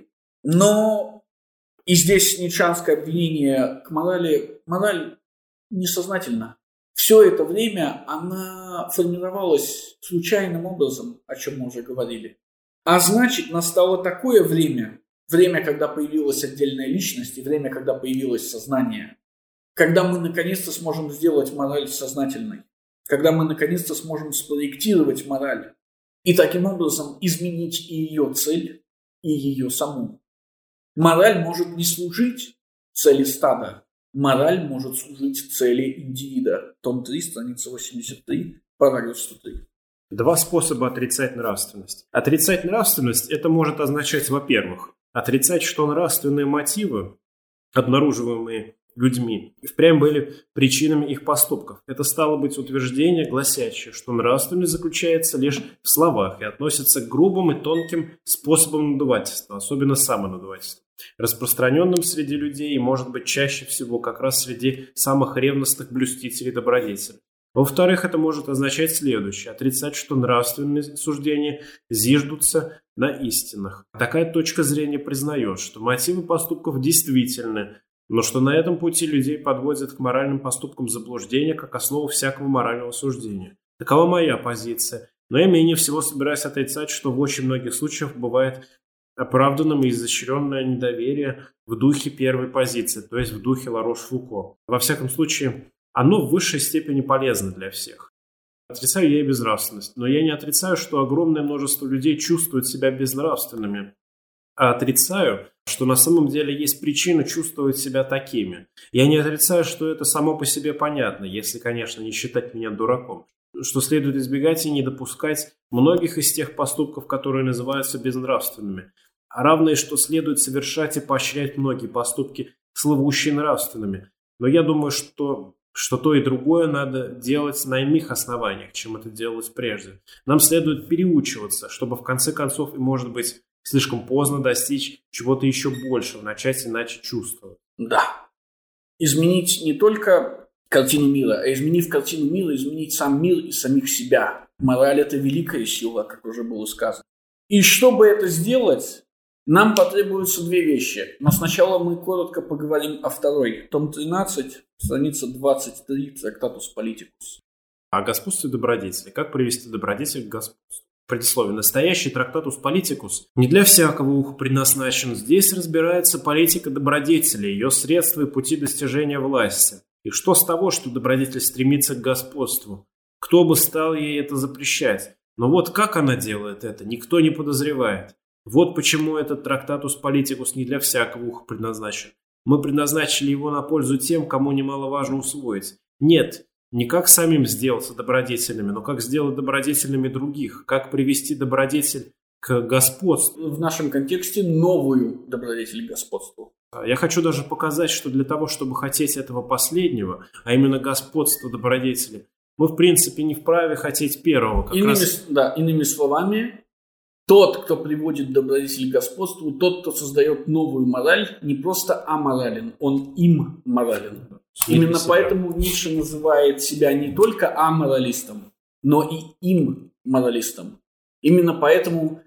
Но и здесь ницшеанское обвинение к морали. Мораль несознательна. Все это время она формировалась случайным образом, о чем мы уже говорили. А значит, настало такое время, когда появилась отдельная личность, и время, когда появилось сознание, когда мы наконец-то сможем сделать мораль сознательной, когда мы наконец-то сможем спроектировать мораль и таким образом изменить и ее цель, и ее саму. Мораль может не служить цели стада. Мораль может служить цели индивида. Том 3, страница 83, параграф 103. Два способа отрицать нравственность. Отрицать нравственность – это может означать, во-первых, отрицать, что нравственные мотивы, обнаруживаемые людьми, впрямь были причинами их поступков. Это стало быть утверждение, гласящее, что нравственность заключается лишь в словах и относится к грубым и тонким способам надувательства, особенно самонадувательства, распространенным среди людей и, может быть, чаще всего как раз среди самых ревностных блюстителей добродетели. Во-вторых, это может означать следующее: отрицать, что нравственные суждения зиждутся на истинах. Такая точка зрения признает, что мотивы поступков действительны, но что на этом пути людей подводят к моральным поступкам заблуждения как основу всякого морального суждения. Такова моя позиция, но я менее всего собираюсь отрицать, что в очень многих случаях бывает оправданным и изощренное недоверие в духе первой позиции, то есть в духе Ларош-Фуко. Во всяком случае, оно в высшей степени полезно для всех. Отрицаю я и безнравственность, но я не отрицаю, что огромное множество людей чувствуют себя безнравственными, а отрицаю, что на самом деле есть причина чувствовать себя такими. Я не отрицаю, что это само по себе понятно, если, конечно, не считать меня дураком, что следует избегать и не допускать многих из тех поступков, которые называются безнравственными, а равно и что следует совершать и поощрять многие поступки, слывущие нравственными. Но я думаю, что что то и другое надо делать на иных основаниях, чем это делалось прежде. Нам следует переучиваться, чтобы в конце концов и, может быть, слишком поздно достичь чего-то еще большего, начать иначе чувствовать. Да. Изменить не только картину мира, а изменив картину мира, изменить сам мир и самих себя. Мораль – это великая сила, как уже было сказано. И чтобы это сделать, нам потребуются две вещи. Но сначала мы коротко поговорим о второй. Том 13, страница 23, Трактатус Политикус. О господстве добродетели. Как привести добродетель к господству? Предисловие. Настоящий Трактатус Политикус не для всякого уха предназначен. Здесь разбирается политика добродетели, ее средства и пути достижения власти. И что с того, что добродетель стремится к господству? Кто бы стал ей это запрещать? Но вот как она делает это, никто не подозревает. Вот почему этот Трактатус Политикус не для всякого уха предназначен. Мы предназначили его на пользу тем, кому немаловажно усвоить. Нет, не как самим сделаться добродетельными, но как сделать добродетельными других, как привести добродетель к господству. В нашем контексте новую добродетель к господству. Я хочу даже показать, что для того, чтобы хотеть этого последнего, а именно господства добродетели, мы в принципе не вправе хотеть первого. Иными словами, тот, кто приводит добродетель к господству, тот, кто создает новую мораль, не просто аморален, он им морален. Именно поэтому Ницше называет себя не только аморалистом, но и им моралистом. Именно поэтому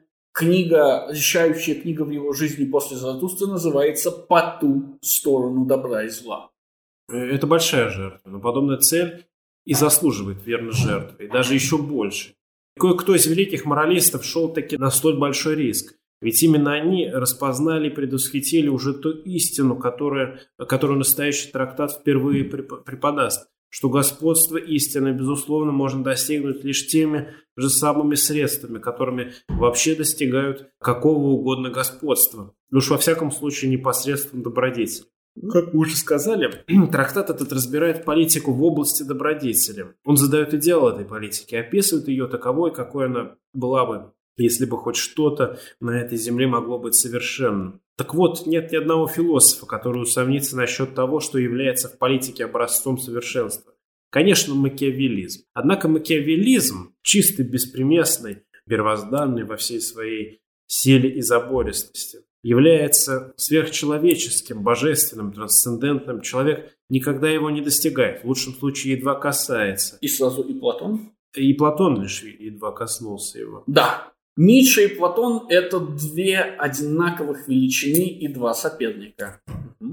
решающая книга в его жизни после Заратустры называется «По ту сторону добра и зла». Это большая жертва, но подобная цель и заслуживает верной жертвы, и даже еще больше. Кое-кто из великих моралистов шел таки на столь большой риск. Ведь именно они распознали и предвосхитили уже ту истину, которую настоящий трактат впервые преподаст, что господство истины, безусловно, можно достигнуть лишь теми же самыми средствами, которыми вообще достигают какого угодно господства. Уж во всяком случае непосредством добродетели. Как мы уже сказали, трактат этот разбирает политику в области добродетели. Он задает идеал этой политики, описывает ее таковой, какой она была бы, если бы хоть что-то на этой земле могло быть совершенным. Так вот, нет ни одного философа, который усомнится насчет того, что является в политике образцом совершенства. Конечно, макиавеллизм. Однако макиавеллизм, чистый, беспримесный, первозданный во всей своей силе и забористости, является сверхчеловеческим, божественным, трансцендентным. Человек никогда его не достигает, в лучшем случае едва касается. И сразу и Платон? И Платон лишь едва коснулся его. Да. Ницше и Платон – это две одинаковых величины и два соперника.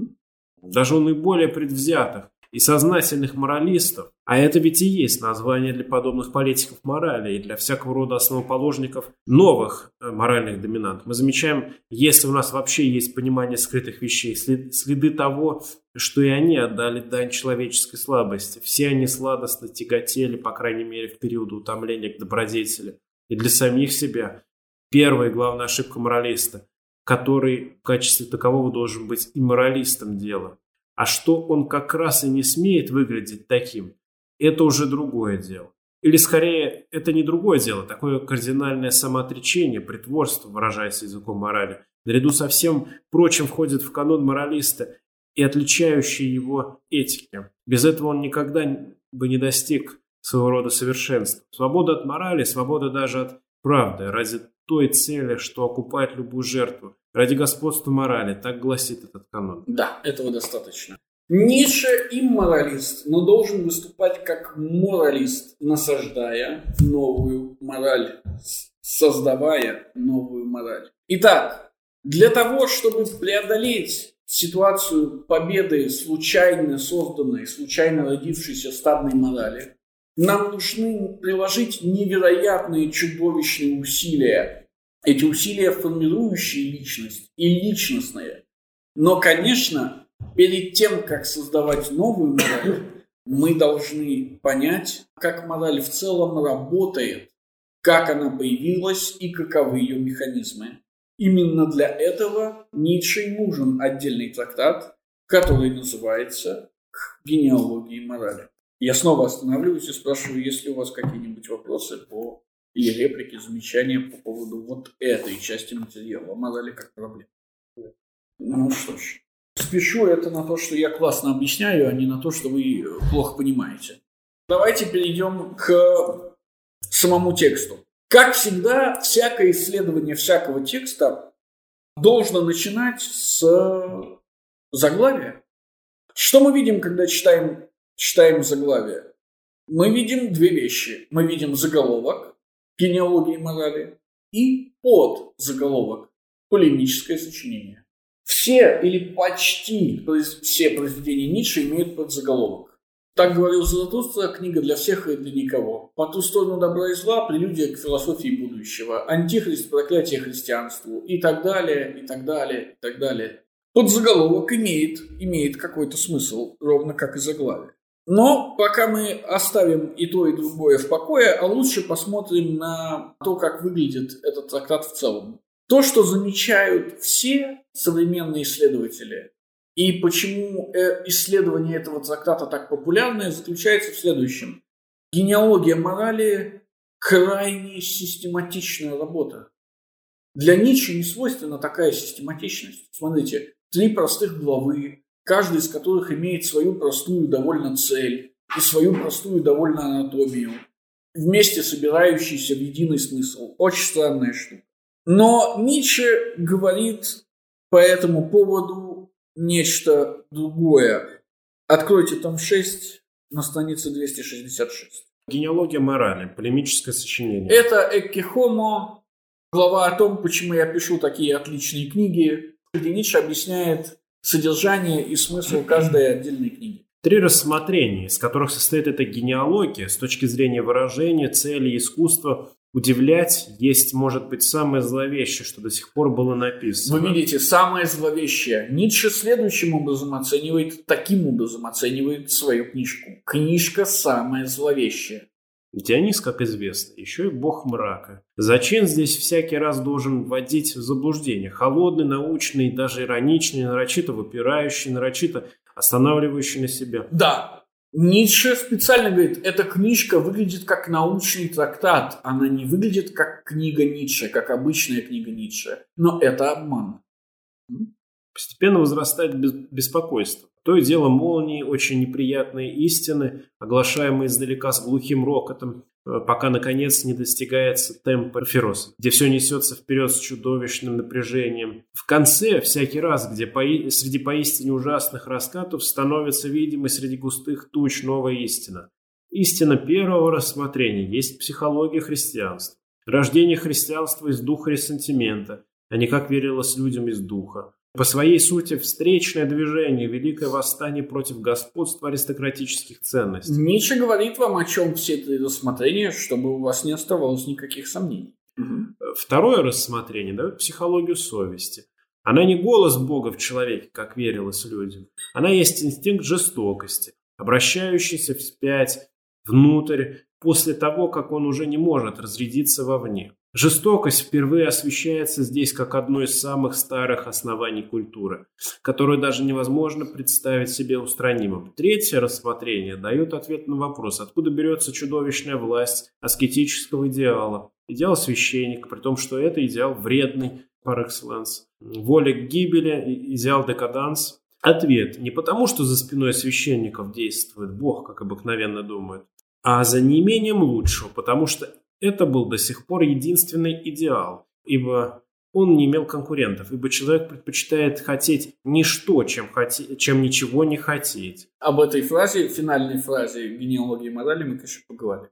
Даже у наиболее предвзятых и сознательных моралистов, а это ведь и есть название для подобных политиков морали и для всякого рода основоположников новых моральных доминантов. Мы замечаем, если у нас вообще есть понимание скрытых вещей, следы того, что и они отдали дань человеческой слабости. Все они сладостно тяготели, по крайней мере, в периоды утомления к добродетели. И для самих себя первая и главная ошибка моралиста, который в качестве такового должен быть и моралистом дела. А что он как раз и не смеет выглядеть таким, это уже другое дело. Или скорее, это не другое дело, такое кардинальное самоотречение, притворство, выражаясь языком морали, наряду со всем прочим входит в канон моралиста и отличающие его этики. Без этого он никогда бы не достиг своего рода совершенства. Свобода от морали, свобода даже от правды, ради той цели, что окупает любую жертву, ради господства морали, так гласит этот канон. Да, этого достаточно. Ницше и моралист, но должен выступать как моралист, насаждая новую мораль, создавая новую мораль. Итак, для того, чтобы преодолеть ситуацию победы случайно созданной, случайно родившейся стадной морали, нам нужны приложить невероятные чудовищные усилия. Эти усилия, формирующие личность и личностные. Но, конечно, перед тем, как создавать новую мораль, мы должны понять, как мораль в целом работает, как она появилась и каковы ее механизмы. Именно для этого Ницше и нужен отдельный трактат, который называется «К генеалогии морали». Я снова останавливаюсь и спрашиваю, есть ли у вас какие-нибудь вопросы или реплики, замечания по поводу вот этой части материала, морали как проблемы. Ну что ж, спешу это на то, что я классно объясняю, а не на то, что вы плохо понимаете. Давайте перейдем к самому тексту. Как всегда, всякое исследование всякого текста должно начинать с заглавия. Что мы видим, когда читаем заглавие? Мы видим две вещи. Мы видим заголовок «Генеалогия морали» и подзаголовок «Полемическое сочинение». Все или почти все произведения Ницше имеют подзаголовок. Так говорил Заратустра, книга для всех и для никого. По ту сторону добра и зла, прелюдия к философии будущего. Антихрист, проклятие христианству. И так далее, и так далее, и так далее. Подзаголовок имеет какой-то смысл, ровно как и заглавие. Но пока мы оставим и то, и другое в покое, а лучше посмотрим на то, как выглядит этот трактат в целом. То, что замечают все современные исследователи, и почему исследование этого трактата так популярное, заключается в следующем. Генеалогия морали – крайне систематичная работа. Для Ницше не свойственна такая систематичность. Смотрите, 3 простых главы, каждая из которых имеет свою простую довольно цель и свою простую довольно анатомию, вместе собирающиеся в единый смысл. Очень странная штука. Но Ницше говорит по этому поводу нечто другое. Откройте том 6 на странице 266. Генеалогия морали, полемическое сочинение. Это Экке Хомо, глава о том, почему я пишу такие отличные книги, где Ницше объясняет содержание и смысл каждой отдельной книги. 3 рассмотрения, из которых состоит эта генеалогия с точки зрения выражения, цели и искусства. Удивлять есть, может быть, самое зловещее, что до сих пор было написано. Вы видите, самое зловещее. Ницше таким образом оценивает свою книжку. Книжка самая зловещая. Дионис, как известно, еще и бог мрака. Зачин здесь всякий раз должен вводить в заблуждение. Холодный, научный, даже ироничный, нарочито выпирающий, нарочито останавливающий на себя. Да, Ницше специально говорит, эта книжка выглядит как научный трактат. Она не выглядит как книга Ницше, как обычная книга Ницше. Но это обман. Постепенно возрастает беспокойство. То и дело молнии, очень неприятные истины, оглашаемые издалека с глухим рокотом, пока, наконец, не достигается темпа Фероса, где все несется вперед с чудовищным напряжением. В конце, всякий раз, где среди поистине ужасных раскатов становится видимой среди густых туч новая истина. Истина первого рассмотрения есть психология христианства. Рождение христианства из духа ресентимента, а не как верилось людям из духа. По своей сути, встречное движение, великое восстание против господства аристократических ценностей. Ницше говорит вам, о чем все эти рассмотрения, чтобы у вас не оставалось никаких сомнений. Второе рассмотрение дает психологию совести. Она не голос Бога в человеке, как верилось людям. Она есть инстинкт жестокости, обращающийся вспять, внутрь, после того, как он уже не может разрядиться вовне. Жестокость впервые освещается здесь как одно из самых старых оснований культуры, которое даже невозможно представить себе устранимым. Третье рассмотрение дает ответ на вопрос, откуда берется чудовищная власть аскетического идеала. Идеал священника, при том, что это идеал вредный par excellence. Воля к гибели, идеал декаданс. Ответ не потому, что за спиной священников действует Бог, как обыкновенно думают, а за неимением лучшего, потому что это был до сих пор единственный идеал, ибо он не имел конкурентов, ибо человек предпочитает хотеть ничто, чем ничего не хотеть. Об этой фразе, финальной фразе генеалогии морали мы, конечно, поговорим.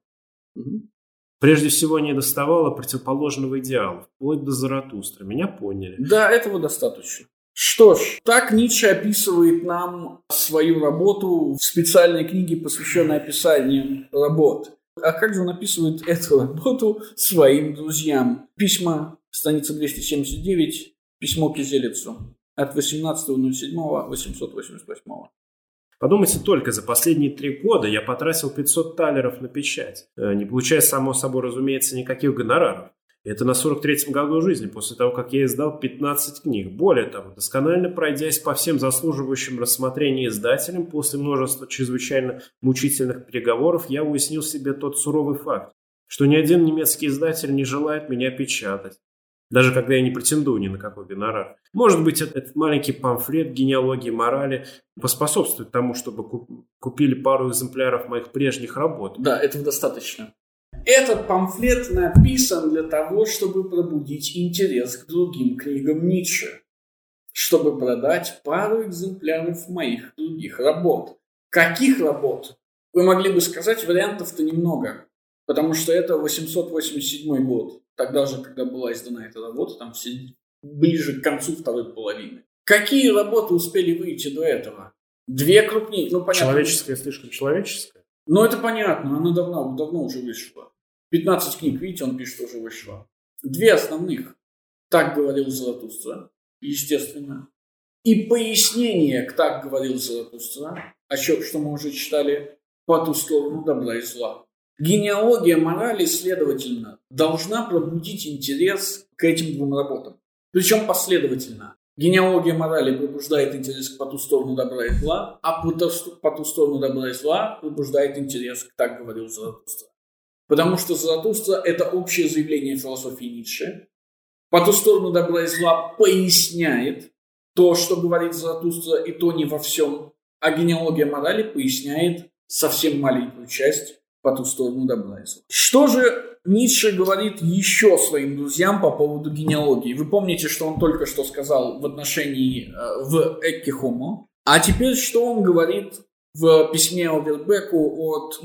Прежде всего, не доставало противоположного идеала, вплоть до Заратустры. Меня поняли. Да, этого достаточно. Что ж, так Ницше описывает нам свою работу в специальной книге, посвященной описанию работ. А как же он описывает эту работу своим друзьям? Письма, страница 279, письмо Кизелицу от 18.07.888. Подумайте только, за последние 3 года я потратил 500 талеров на печать, не получая, само собой разумеется, никаких гонораров. Это на 43-м году жизни, после того, как я издал 15 книг. Более того, досконально пройдясь по всем заслуживающим рассмотрения издателям, после множества чрезвычайно мучительных переговоров, я уяснил себе тот суровый факт, что ни один немецкий издатель не желает меня печатать. Даже когда я не претендую ни на какой гонорар. Может быть, этот маленький памфлет генеалогии морали поспособствует тому, чтобы купили пару экземпляров моих прежних работ. Да, этого достаточно. Этот памфлет написан для того, чтобы пробудить интерес к другим книгам Ницше, чтобы продать пару экземпляров моих других работ. Каких работ? Вы могли бы сказать, вариантов-то немного, потому что это 887 год, тогда же, когда была издана эта работа, там ближе к концу второй половины. Какие работы успели выйти до этого? Две крупнее. Ну, понятно. Человеческое слишком человеческое? Ну, это понятно, она давно уже вышла. 15 книг, видите, он пишет, уже вышло. Две основных. «Так говорил Заратустра», естественно. И пояснение к «Так говорил Заратустра», что мы уже читали, «По ту сторону добра и зла». Генеалогия морали, следовательно, должна пробудить интерес к этим двум работам. Причем последовательно. Генеалогия морали пробуждает интерес к «По ту сторону добра и зла», а «По ту сторону добра и зла» пробуждает интерес к «Так говорил Заратустра». Потому что Заратустра – это общее заявление философии Ницше. «По ту сторону добра и зла» поясняет то, что говорит Заратустра, и то не во всем. А генеалогия морали поясняет совсем маленькую часть «По ту сторону добра и зла». Что же Ницше говорит еще своим друзьям по поводу генеалогии? Вы помните, что он только что сказал в отношении в Экке Хомо. А теперь что он говорит в письме Овербеку от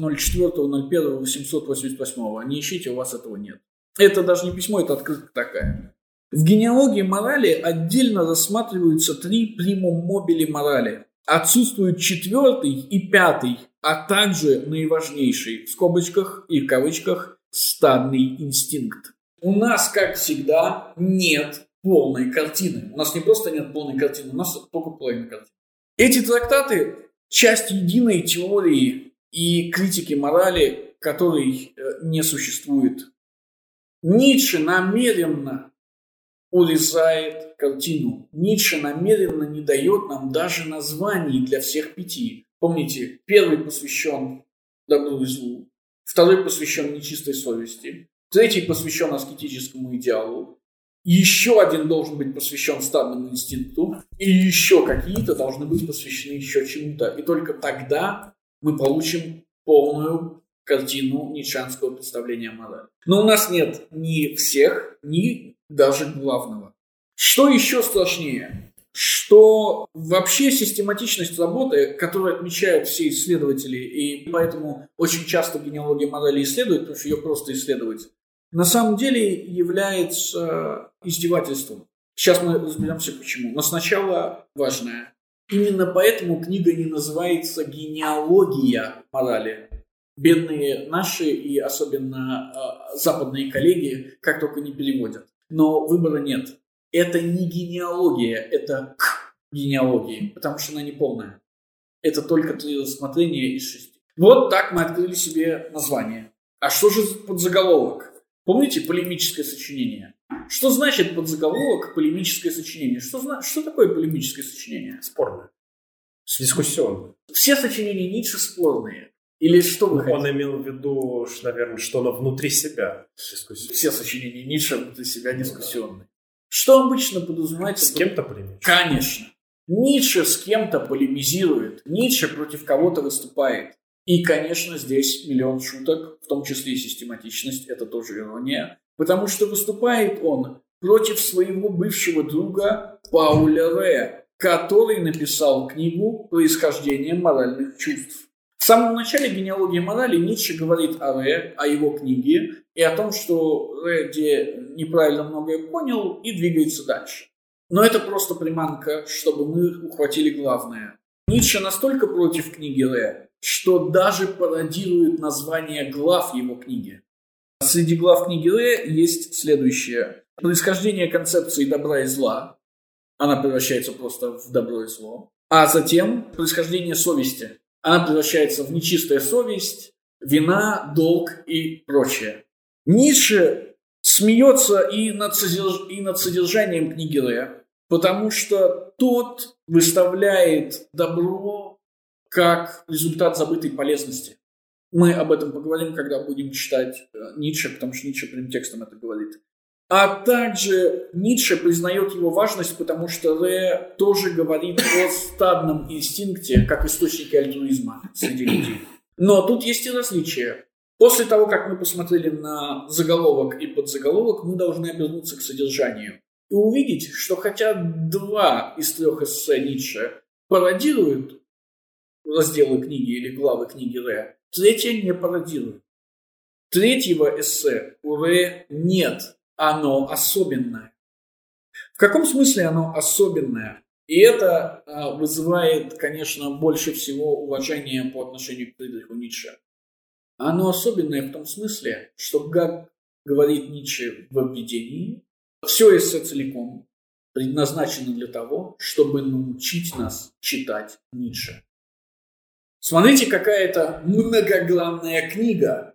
04.01.888? Не ищите, у вас этого нет. Это даже не письмо, это открытка такая. В генеалогии морали отдельно рассматриваются три примум мобили морали. Отсутствует четвертый и пятый, а также наиважнейший, в скобочках и в кавычках, стадный инстинкт. У нас, как всегда, нет полной картины. У нас не просто нет полной картины, у нас только половина картины. Эти трактаты – часть единой теории и критики морали, которой не существует. Ницше намеренно урезает картину. Ницше намеренно не дает нам даже названий для всех пяти. Помните, первый посвящен добру и злу, второй посвящен нечистой совести, третий посвящен аскетическому идеалу, еще один должен быть посвящен стадному инстинкту, и еще какие-то должны быть посвящены еще чему-то. И только тогда мы получим полную картину ницшанского представления о морали. Но у нас нет ни всех, ни даже главного. Что еще страшнее? Что вообще систематичность работы, которую отмечают все исследователи, и поэтому очень часто генеалогия морали исследуют, потому что ее просто исследовать, на самом деле является издевательством. Сейчас мы разберемся почему. Но сначала важное. Именно поэтому книга не называется «Генеалогия морали». Бедные наши и особенно западные коллеги как только не переводят. Но выбора нет. Это не генеалогия, это к генеалогии, потому что она не полная. Это только 3 рассмотрения из 6. Вот так мы открыли себе название. А что же подзаголовок? Помните полемическое сочинение? Что значит подзаголовок полемическое сочинение? Что такое полемическое сочинение? Спорное. Дискуссионное. Все сочинения Ницше спорные. Или что вы хотите? Он имел в виду, наверное, что оно внутри себя дискуссионное. Все сочинения Ницше внутри себя дискуссионные. Что обычно подразумевается? С кем-то полемизирует. Конечно. Ницше с кем-то полемизирует. Ницше против кого-то выступает. И, конечно, здесь миллион шуток, в том числе и систематичность, это тоже ирония. Потому что выступает он против своего бывшего друга Пауля Ре, который написал книгу «Происхождение моральных чувств». В самом начале генеалогии морали Ницше говорит о Ре, о его книге, и о том, что Ре неправильно многое понял и двигается дальше. Но это просто приманка, чтобы мы ухватили главное. Ницше настолько против книги Ре, что даже пародирует название глав его книги. Среди глав книги Ре есть следующее. Происхождение концепции добра и зла. Она превращается просто в добро и зло. А затем происхождение совести. Она превращается в нечистая совесть, вина, долг и прочее. Ницше смеется и над содержанием книги Ре, потому что тот выставляет добро как результат забытой полезности. Мы об этом поговорим, когда будем читать Ницше, потому что Ницше прямым текстом это говорит. А также Ницше признает его важность, потому что Ре тоже говорит о стадном инстинкте, как источнике альтруизма среди людей. Но тут есть и различия. После того, как мы посмотрели на заголовок и подзаголовок, мы должны обернуться к содержанию и увидеть, что хотя 2 из 3 эссе Ницше пародируют разделы книги или главы книги Ре, 3 не пародирует. 3-го эссе у Ре нет. Оно особенное. В каком смысле оно особенное? И это вызывает, конечно, больше всего уважения по отношению к Фридриху Ницше. Оно особенное в том смысле, что, как говорит Ницше в введении, все эссе целиком предназначено для того, чтобы научить нас читать Ницше. Смотрите, какая это многогранная книга.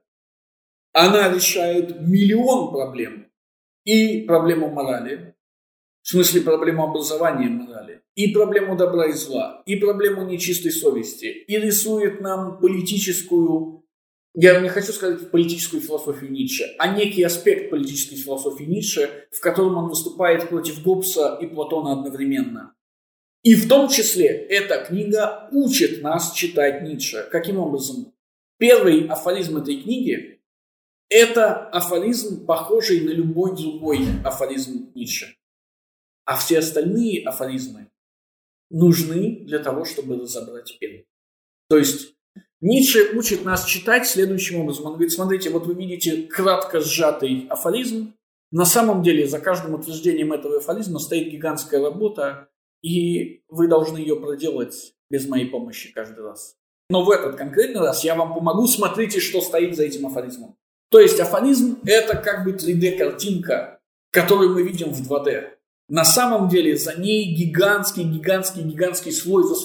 Она решает миллион проблем. И проблему морали, в смысле проблему образования морали, и проблему добра и зла, и проблему нечистой совести, и рисует нам политическую, я не хочу сказать политическую философию Ницше, а некий аспект политической философии Ницше, в котором он выступает против Гоббса и Платона одновременно. И в том числе эта книга учит нас читать Ницше. Каким образом? Первый афоризм этой книги – это афоризм, похожий на любой другой афоризм Ницше. А все остальные афоризмы нужны для того, чтобы разобрать первый. То есть Ницше учит нас читать следующим образом. Он говорит, смотрите, вот вы видите кратко сжатый афоризм. На самом деле за каждым утверждением этого афоризма стоит гигантская работа, и вы должны ее проделать без моей помощи каждый раз. Но в этот конкретный раз я вам помогу. Смотрите, что стоит за этим афоризмом. То есть афоризм – это как бы 3D-картинка, которую мы видим в 2D. На самом деле за ней гигантский слой за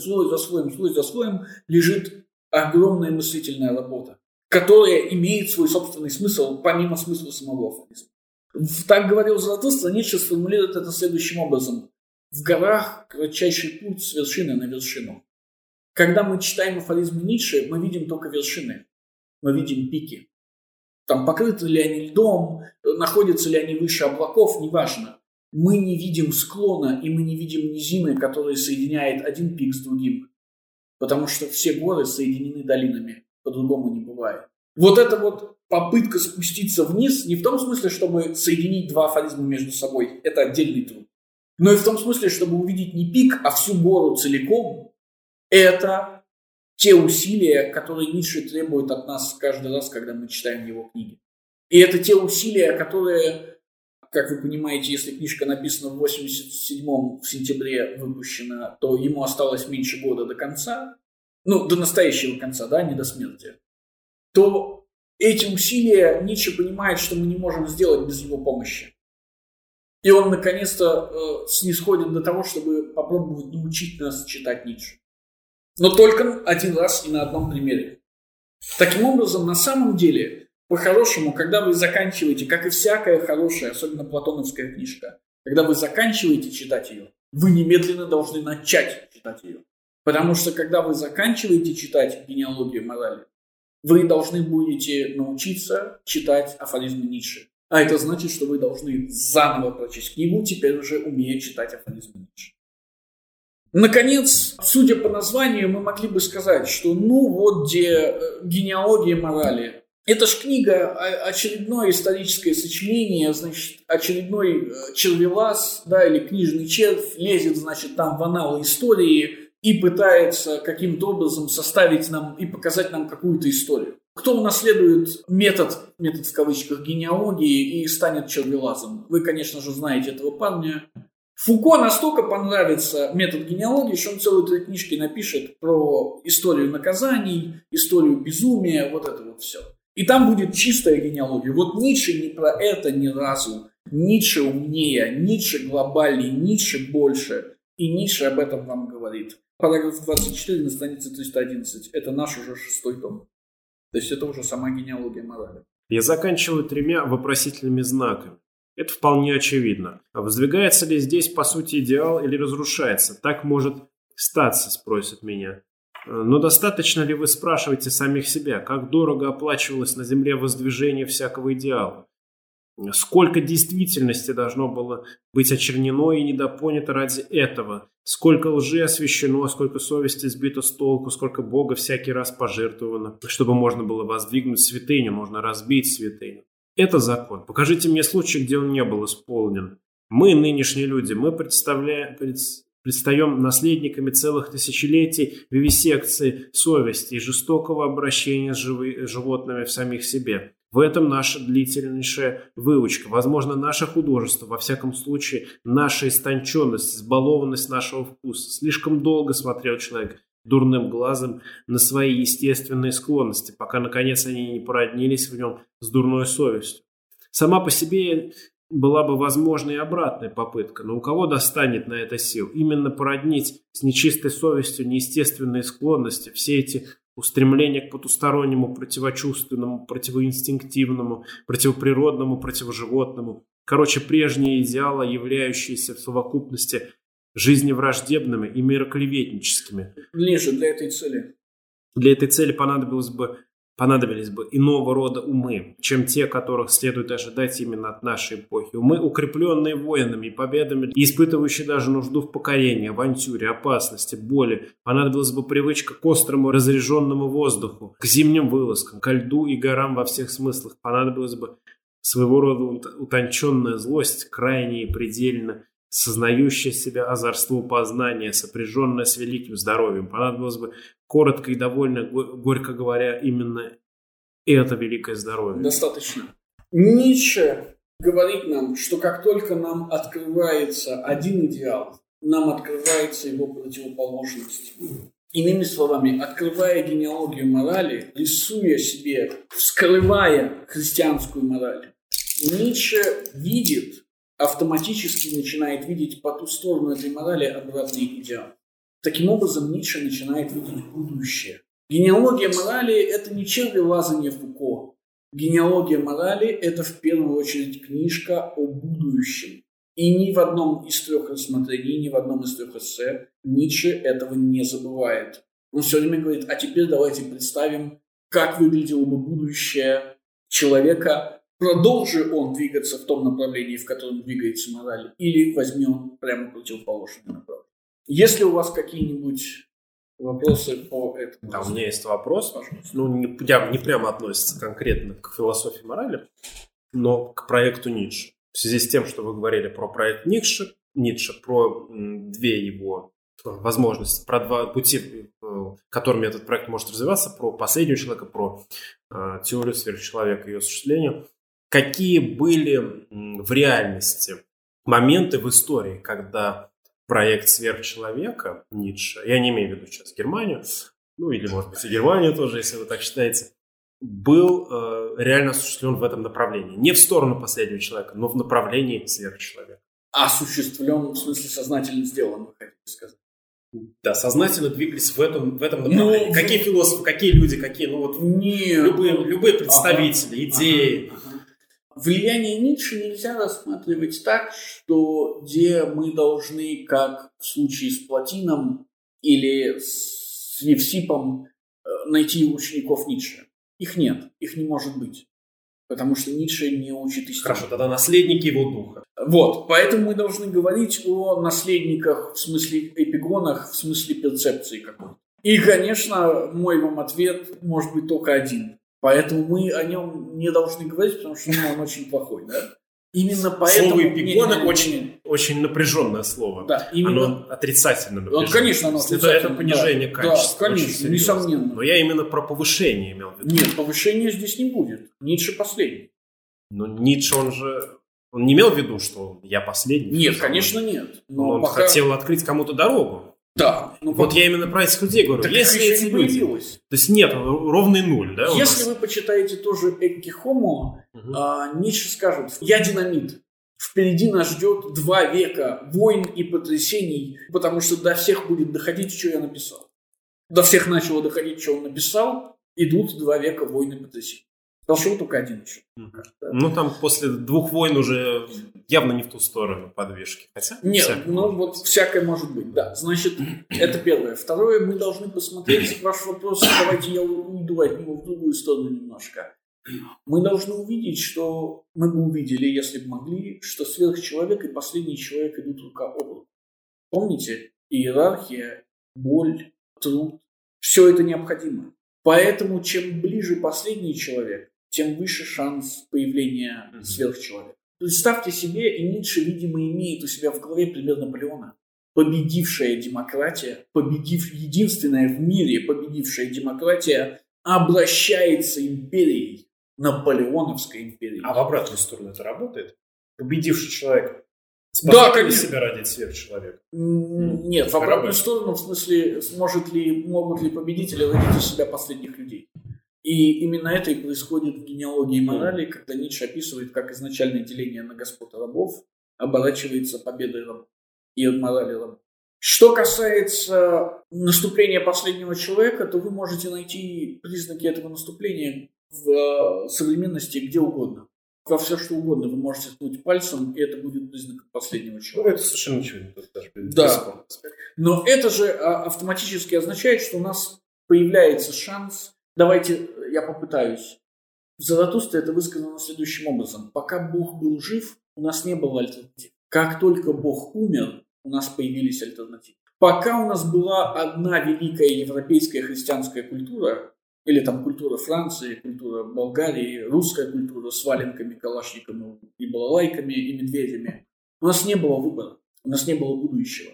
слоем лежит огромная мыслительная работа, которая имеет свой собственный смысл, помимо смысла самого афоризма. Так говорил Заратустра, Ницше сформулирует это следующим образом. В горах кратчайший путь с вершины на вершину. Когда мы читаем афоризмы Ницше, мы видим только вершины, мы видим пики. Там покрыты ли они льдом, находятся ли они выше облаков, неважно. Мы не видим склона и мы не видим низины, которая соединяет один пик с другим. Потому что все горы соединены долинами, по-другому не бывает. Вот эта вот попытка спуститься вниз не в том смысле, чтобы соединить 2 афоризма между собой, это отдельный труд. Но и в том смысле, чтобы увидеть не пик, а всю гору целиком, это те усилия, которые Ницше требует от нас каждый раз, когда мы читаем его книги. И это те усилия, которые, как вы понимаете, если книжка написана в 87-м, в сентябре выпущена, то ему осталось меньше года до конца, до настоящего конца, да, не до смерти, то эти усилия Ницше понимает, что мы не можем сделать без его помощи. И он наконец-то снисходит до того, чтобы попробовать научить нас читать Ницше. Но только один раз и на одном примере. Таким образом, на самом деле, по-хорошему, когда вы заканчиваете, как и всякая хорошая, особенно платоновская книжка, когда вы заканчиваете читать ее, вы немедленно должны начать читать ее. Потому что, когда вы заканчиваете читать генеалогию морали, вы должны будете научиться читать афоризмы Ницше. А это значит, что вы должны заново прочесть книгу, теперь уже умея читать афоризмы Ницше. Наконец, судя по названию, мы могли бы сказать, что где генеалогия морали. Это ж книга, очередное историческое сочинение, значит, очередной червелаз, да, или книжный червь лезет, значит, там в аналы истории и пытается каким-то образом составить нам и показать нам какую-то историю. Кто унаследует метод в кавычках генеалогии и станет червелазом? Вы, конечно же, знаете этого парня. Фуко настолько понравится метод генеалогии, что он целую 3 книжки напишет про историю наказаний, историю безумия, вот это вот все. И там будет чистая генеалогия. Вот Ницше не про это ни разу. Ницше умнее, Ницше глобальнее, Ницше больше. И Ницше об этом вам говорит. Параграф 24 на странице 311. Это наш уже 6-й том. То есть это уже сама генеалогия морали. Я заканчиваю 3 вопросительными знаками. Это вполне очевидно. А воздвигается ли здесь, по сути, идеал или разрушается? Так может статься, спросят меня. Но достаточно ли вы спрашиваете самих себя, как дорого оплачивалось на земле воздвижение всякого идеала? Сколько действительности должно было быть очернено и недопонято ради этого? Сколько лжи освящено, сколько совести сбито с толку, сколько Бога всякий раз пожертвовано. Чтобы можно было воздвигнуть святыню, нужно разбить святыню. Это закон. Покажите мне случай, где он не был исполнен. Мы, нынешние люди, мы предстаем наследниками целых тысячелетий вивисекции совести и жестокого обращения с животными в самих себе. В этом наша длительнейшая выучка, возможно, наше художество, во всяком случае, наша истонченность, избалованность нашего вкуса. Слишком долго смотрел человек дурным глазом на свои естественные склонности, пока, наконец, они не породнились в нем с дурной совестью. Сама по себе была бы возможна и обратная попытка, но у кого достанет на это сил? Именно породнить с нечистой совестью неестественные склонности, все эти устремления к потустороннему, противочувственному, противоинстинктивному, противоприродному, противоживотному. Короче, прежние идеалы, являющиеся в совокупности жизневраждебными и мироклеветническими. Ниже для этой цели. Для этой цели понадобились бы иного рода умы, чем те, которых следует ожидать именно от нашей эпохи. Умы, укрепленные воинами и победами, и испытывающие даже нужду в покорении, авантюре, опасности, боли. Понадобилась бы привычка к острому разряженному воздуху, к зимним вылазкам, ко льду и горам во всех смыслах. Понадобилась бы своего рода утонченная злость, крайне и предельно сознающая себя озорство познания, сопряженное с великим здоровьем. Понадобилось бы коротко и довольно горько говоря, именно это великое здоровье. Достаточно. Ницше говорит нам, что как только нам открывается один идеал, нам открывается его противоположность. Иными словами, открывая генеалогию морали, рисуя себе, вскрывая христианскую мораль, Ницше автоматически начинает видеть по ту сторону этой морали обратный идеал. Таким образом, Ницше начинает видеть будущее. Генеалогия морали – это не червелазание Фуко. Генеалогия морали – это в первую очередь книжка о будущем. И ни в одном из трех рассмотрений, ни в одном из трех эссе Ницше этого не забывает. Он все время говорит, а теперь давайте представим, как выглядело бы будущее человека, продолжит он двигаться в том направлении, в котором двигается мораль, или возьмет прямо противоположное направление. Есть ли у вас какие-нибудь вопросы по этому? Да, у меня есть вопрос. Пожалуйста. Не прямо относится конкретно к философии морали, но к проекту Ницше. В связи с тем, что вы говорили про проект Ницше, про две его возможности, про два пути, которыми этот проект может развиваться, про последнего человека, про теорию сверхчеловека и ее осуществление. Какие были в реальности моменты в истории, когда проект сверхчеловека Ницше, я не имею в виду сейчас Германию, или, может быть, и Германию тоже, если вы так считаете, был реально осуществлен в этом направлении. Не в сторону последнего человека, но в направлении сверхчеловека. Осуществлен, в смысле, сознательно сделан, вы хотите сказать? Да, сознательно двигались в этом направлении. Какие философы, какие люди, любые представители, идеи. Влияние Ницше нельзя рассматривать так, что где мы должны, как в случае с Плотином или с Евсипом, найти учеников Ницше. Их нет, их не может быть. Потому что Ницше не учит истину. Хорошо, тогда наследники его духа. Поэтому мы должны говорить о наследниках, в смысле эпигонах, в смысле перцепции какой-то. И, конечно, мой вам ответ может быть только один. Поэтому мы о нем не должны говорить, потому что он очень плохой, да? Именно поэтому... Слово эпигона очень напряженное слово. Да, именно... Оно отрицательно напряженное. Конечно, оно отрицательно. Это понижение качества. Да, конечно, несомненно. Но я именно про повышение имел в виду. Нет, повышения здесь не будет. Ницше последний. Но Ницше, он не имел в виду, что я последний? Нет, конечно, нет. Но он хотел открыть кому-то дорогу. Да. Я именно про этих людей говорю. Так если эти люди... То есть нет, ровный нуль, да? Если вы почитаете тоже Экке Хомо, Ницше скажет, я динамит. Впереди нас ждет 2 века войн и потрясений, потому что до всех будет доходить, что я написал. До всех начало доходить, что он написал, идут 2 века войн и потрясений. Прошел только один еще. Там после 2 войн уже явно не в ту сторону подвижки. Хотя нет, всякое может быть, да. Значит, это первое. Второе, мы должны посмотреть ваш вопрос. Давайте я уйду от него в другую сторону немножко. Мы должны увидеть, что мы бы увидели, если бы могли, что сверхчеловек и последний человек идут рука об руку. Помните? Иерархия, боль, труд. Все это необходимо. Поэтому чем ближе последний человек, тем выше шанс появления сверхчеловека. Представьте себе, и Ницше, видимо, имеет у себя в голове пример Наполеона. Победившая демократия, единственная в мире победившая демократия, обращается империей, Наполеоновской империей. А в обратную сторону это работает? Победивший человек способен ли себя родить сверхчеловек? Нет, в обратную сторону, в смысле, могут ли победители родить из себя последних людей. И именно это и происходит в генеалогии морали, когда Ницше описывает, как изначальное деление на господ и рабов оборачивается победой рабов и морали рабов. Что касается наступления последнего человека, то вы можете найти признаки этого наступления в современности где угодно. Во все что угодно вы можете ткнуть пальцем, и это будет признаком последнего человека. Ну, это совершенно очевидно. Да. Но это же автоматически означает, что у нас появляется шанс. Давайте я попытаюсь. В Заратустре это высказано следующим образом. Пока Бог был жив, у нас не было альтернатив. Как только Бог умер, у нас появились альтернативы. Пока у нас была одна великая европейская христианская культура, или там культура Франции, культура Болгарии, русская культура с валенками, калашниками и балалайками и медведями, у нас не было выбора, у нас не было будущего.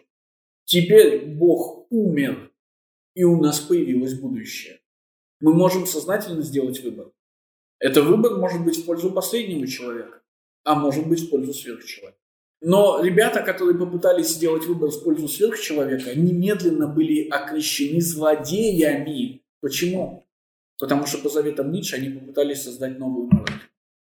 Теперь Бог умер, и у нас появилось будущее. Мы можем сознательно сделать выбор. Этот выбор может быть в пользу последнего человека, а может быть в пользу сверхчеловека. Но ребята, которые попытались сделать выбор в пользу сверхчеловека, немедленно были окрещены злодеями. Почему? Потому что по заветам Ницше они попытались создать новую мораль.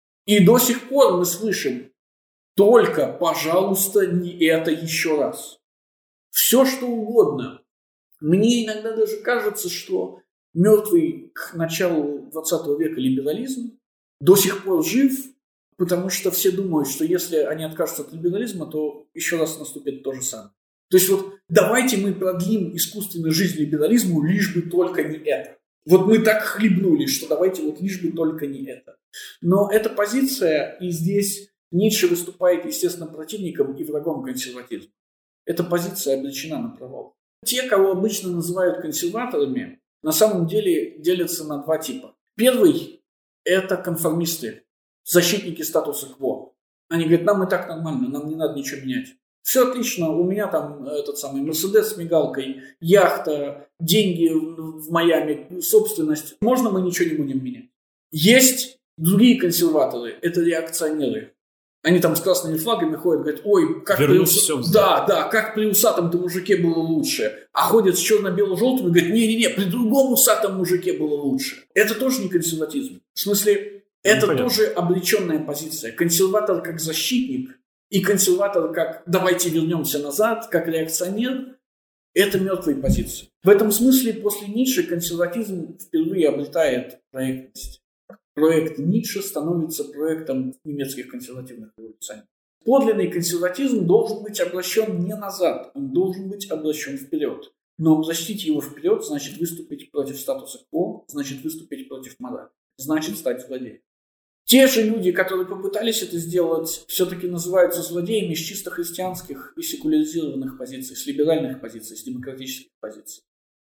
И до сих пор мы слышим только, пожалуйста, не это еще раз. Все, что угодно. Мне иногда даже кажется, что мертвый к началу 20 века либерализм до сих пор жив, потому что все думают, что если они откажутся от либерализма, то еще раз наступит то же самое. То есть вот давайте мы продлим искусственную жизнь либерализму, лишь бы только не это. Вот мы так хлебнули, что давайте вот лишь бы только не это. Но эта позиция, и здесь Ницше выступает, естественно, противником и врагом консерватизма. Эта позиция обречена на провал. Те, кого обычно называют консерваторами, на самом деле делятся на два типа. Первый – это конформисты, защитники статуса кво. Они говорят, нам и так нормально, нам не надо ничего менять. Все отлично, у меня там этот самый Мерседес с мигалкой, яхта, деньги в Майами, собственность. Можно мы ничего не будем менять? Есть другие консерваторы, это реакционеры. Они там с красными флагами ходят, говорят, ой, как как при усатом-то мужике было лучше. А ходят с черно-бело-желтым и говорят, не-не-не, при другом усатом мужике было лучше. Это тоже не консерватизм. В смысле, это тоже обреченная позиция. Консерватор как защитник и консерватор как давайте вернемся назад, как реакционер, это мертвые позиции. В этом смысле после Ницше консерватизм впервые обретает проектность. Проект Ницше становится проектом немецких консервативных революционеров. Подлинный консерватизм должен быть обращен не назад, он должен быть обращен вперед. Но обращить его вперед значит выступить против статуса кво, значит выступить против морали, значит стать злодеем. Те же люди, которые попытались это сделать, все-таки называются злодеями с чисто христианских и секуляризированных позиций, с либеральных позиций, с демократических позиций.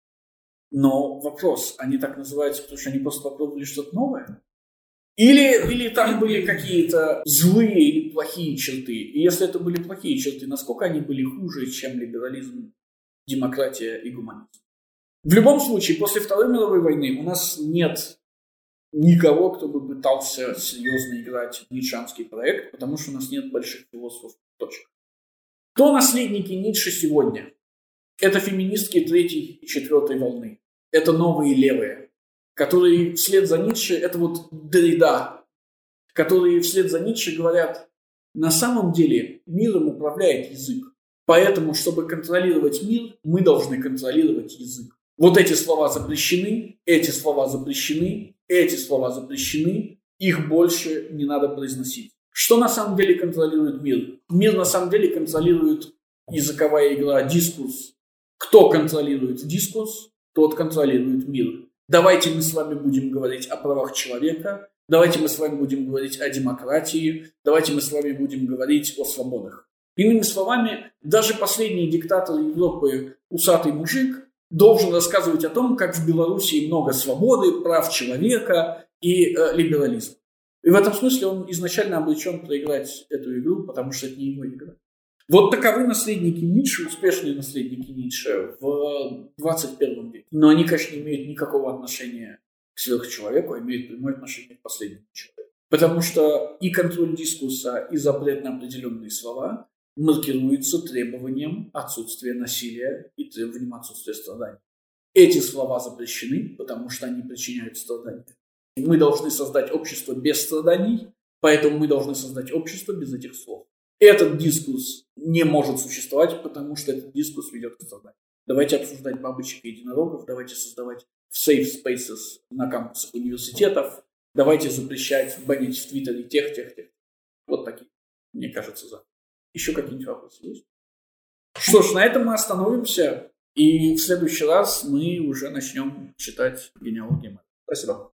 Но вопрос, они так называются, потому что они просто попробовали что-то новое? Или там были какие-то злые или плохие черты? И если это были плохие черты, насколько они были хуже, чем либерализм, демократия и гуманизм? В любом случае, после Второй мировой войны у нас нет никого, кто бы пытался серьезно играть в ницшанский проект, потому что у нас нет больших философов. Точка. Кто наследники Ницше сегодня? Это феминистки третьей и четвертой волны. Это новые левые, которые вслед за Ницше, это вот Derrida, которые вслед за Ницше говорят, на самом деле миром управляет язык. Поэтому, чтобы контролировать мир, мы должны контролировать язык. Вот эти слова запрещены, эти слова запрещены, эти слова запрещены, их больше не надо произносить. Что на самом деле контролирует мир? Мир на самом деле контролирует языковая игра, дискурс. Кто контролирует дискурс, тот контролирует мир. Давайте мы с вами будем говорить о правах человека, Давайте мы с вами будем говорить о демократии, давайте мы с вами будем говорить о свободах. Иными словами, даже последний диктатор Европы, усатый мужик, должен рассказывать о том, как в Белоруссии много свободы, прав человека и либерализма. И в этом смысле он изначально обречен проиграть эту игру, потому что это не его игра. Вот таковы наследники Ницше, успешные наследники Ницше в 21 веке. Но они, конечно, не имеют никакого отношения к сверхчеловеку, а имеют прямое отношение к последнему человеку. Потому что и контроль дискурса, и запрет на определенные слова маркируется требованием отсутствия насилия и требованием отсутствия страданий. Эти слова запрещены, потому что они причиняют страдания. Мы должны создать общество без страданий, поэтому мы должны создать общество без этих слов. Этот дискурс не может существовать, потому что этот дискурс ведет к страданию. Давайте обсуждать бабочек и единорогов, давайте создавать safe spaces на кампусах университетов, давайте запрещать, банить в Твиттере тех. Вот такие, мне кажется, за. Еще какие-нибудь вопросы есть? Что ж, на этом мы остановимся, и в следующий раз мы уже начнем читать генеалогию. Спасибо.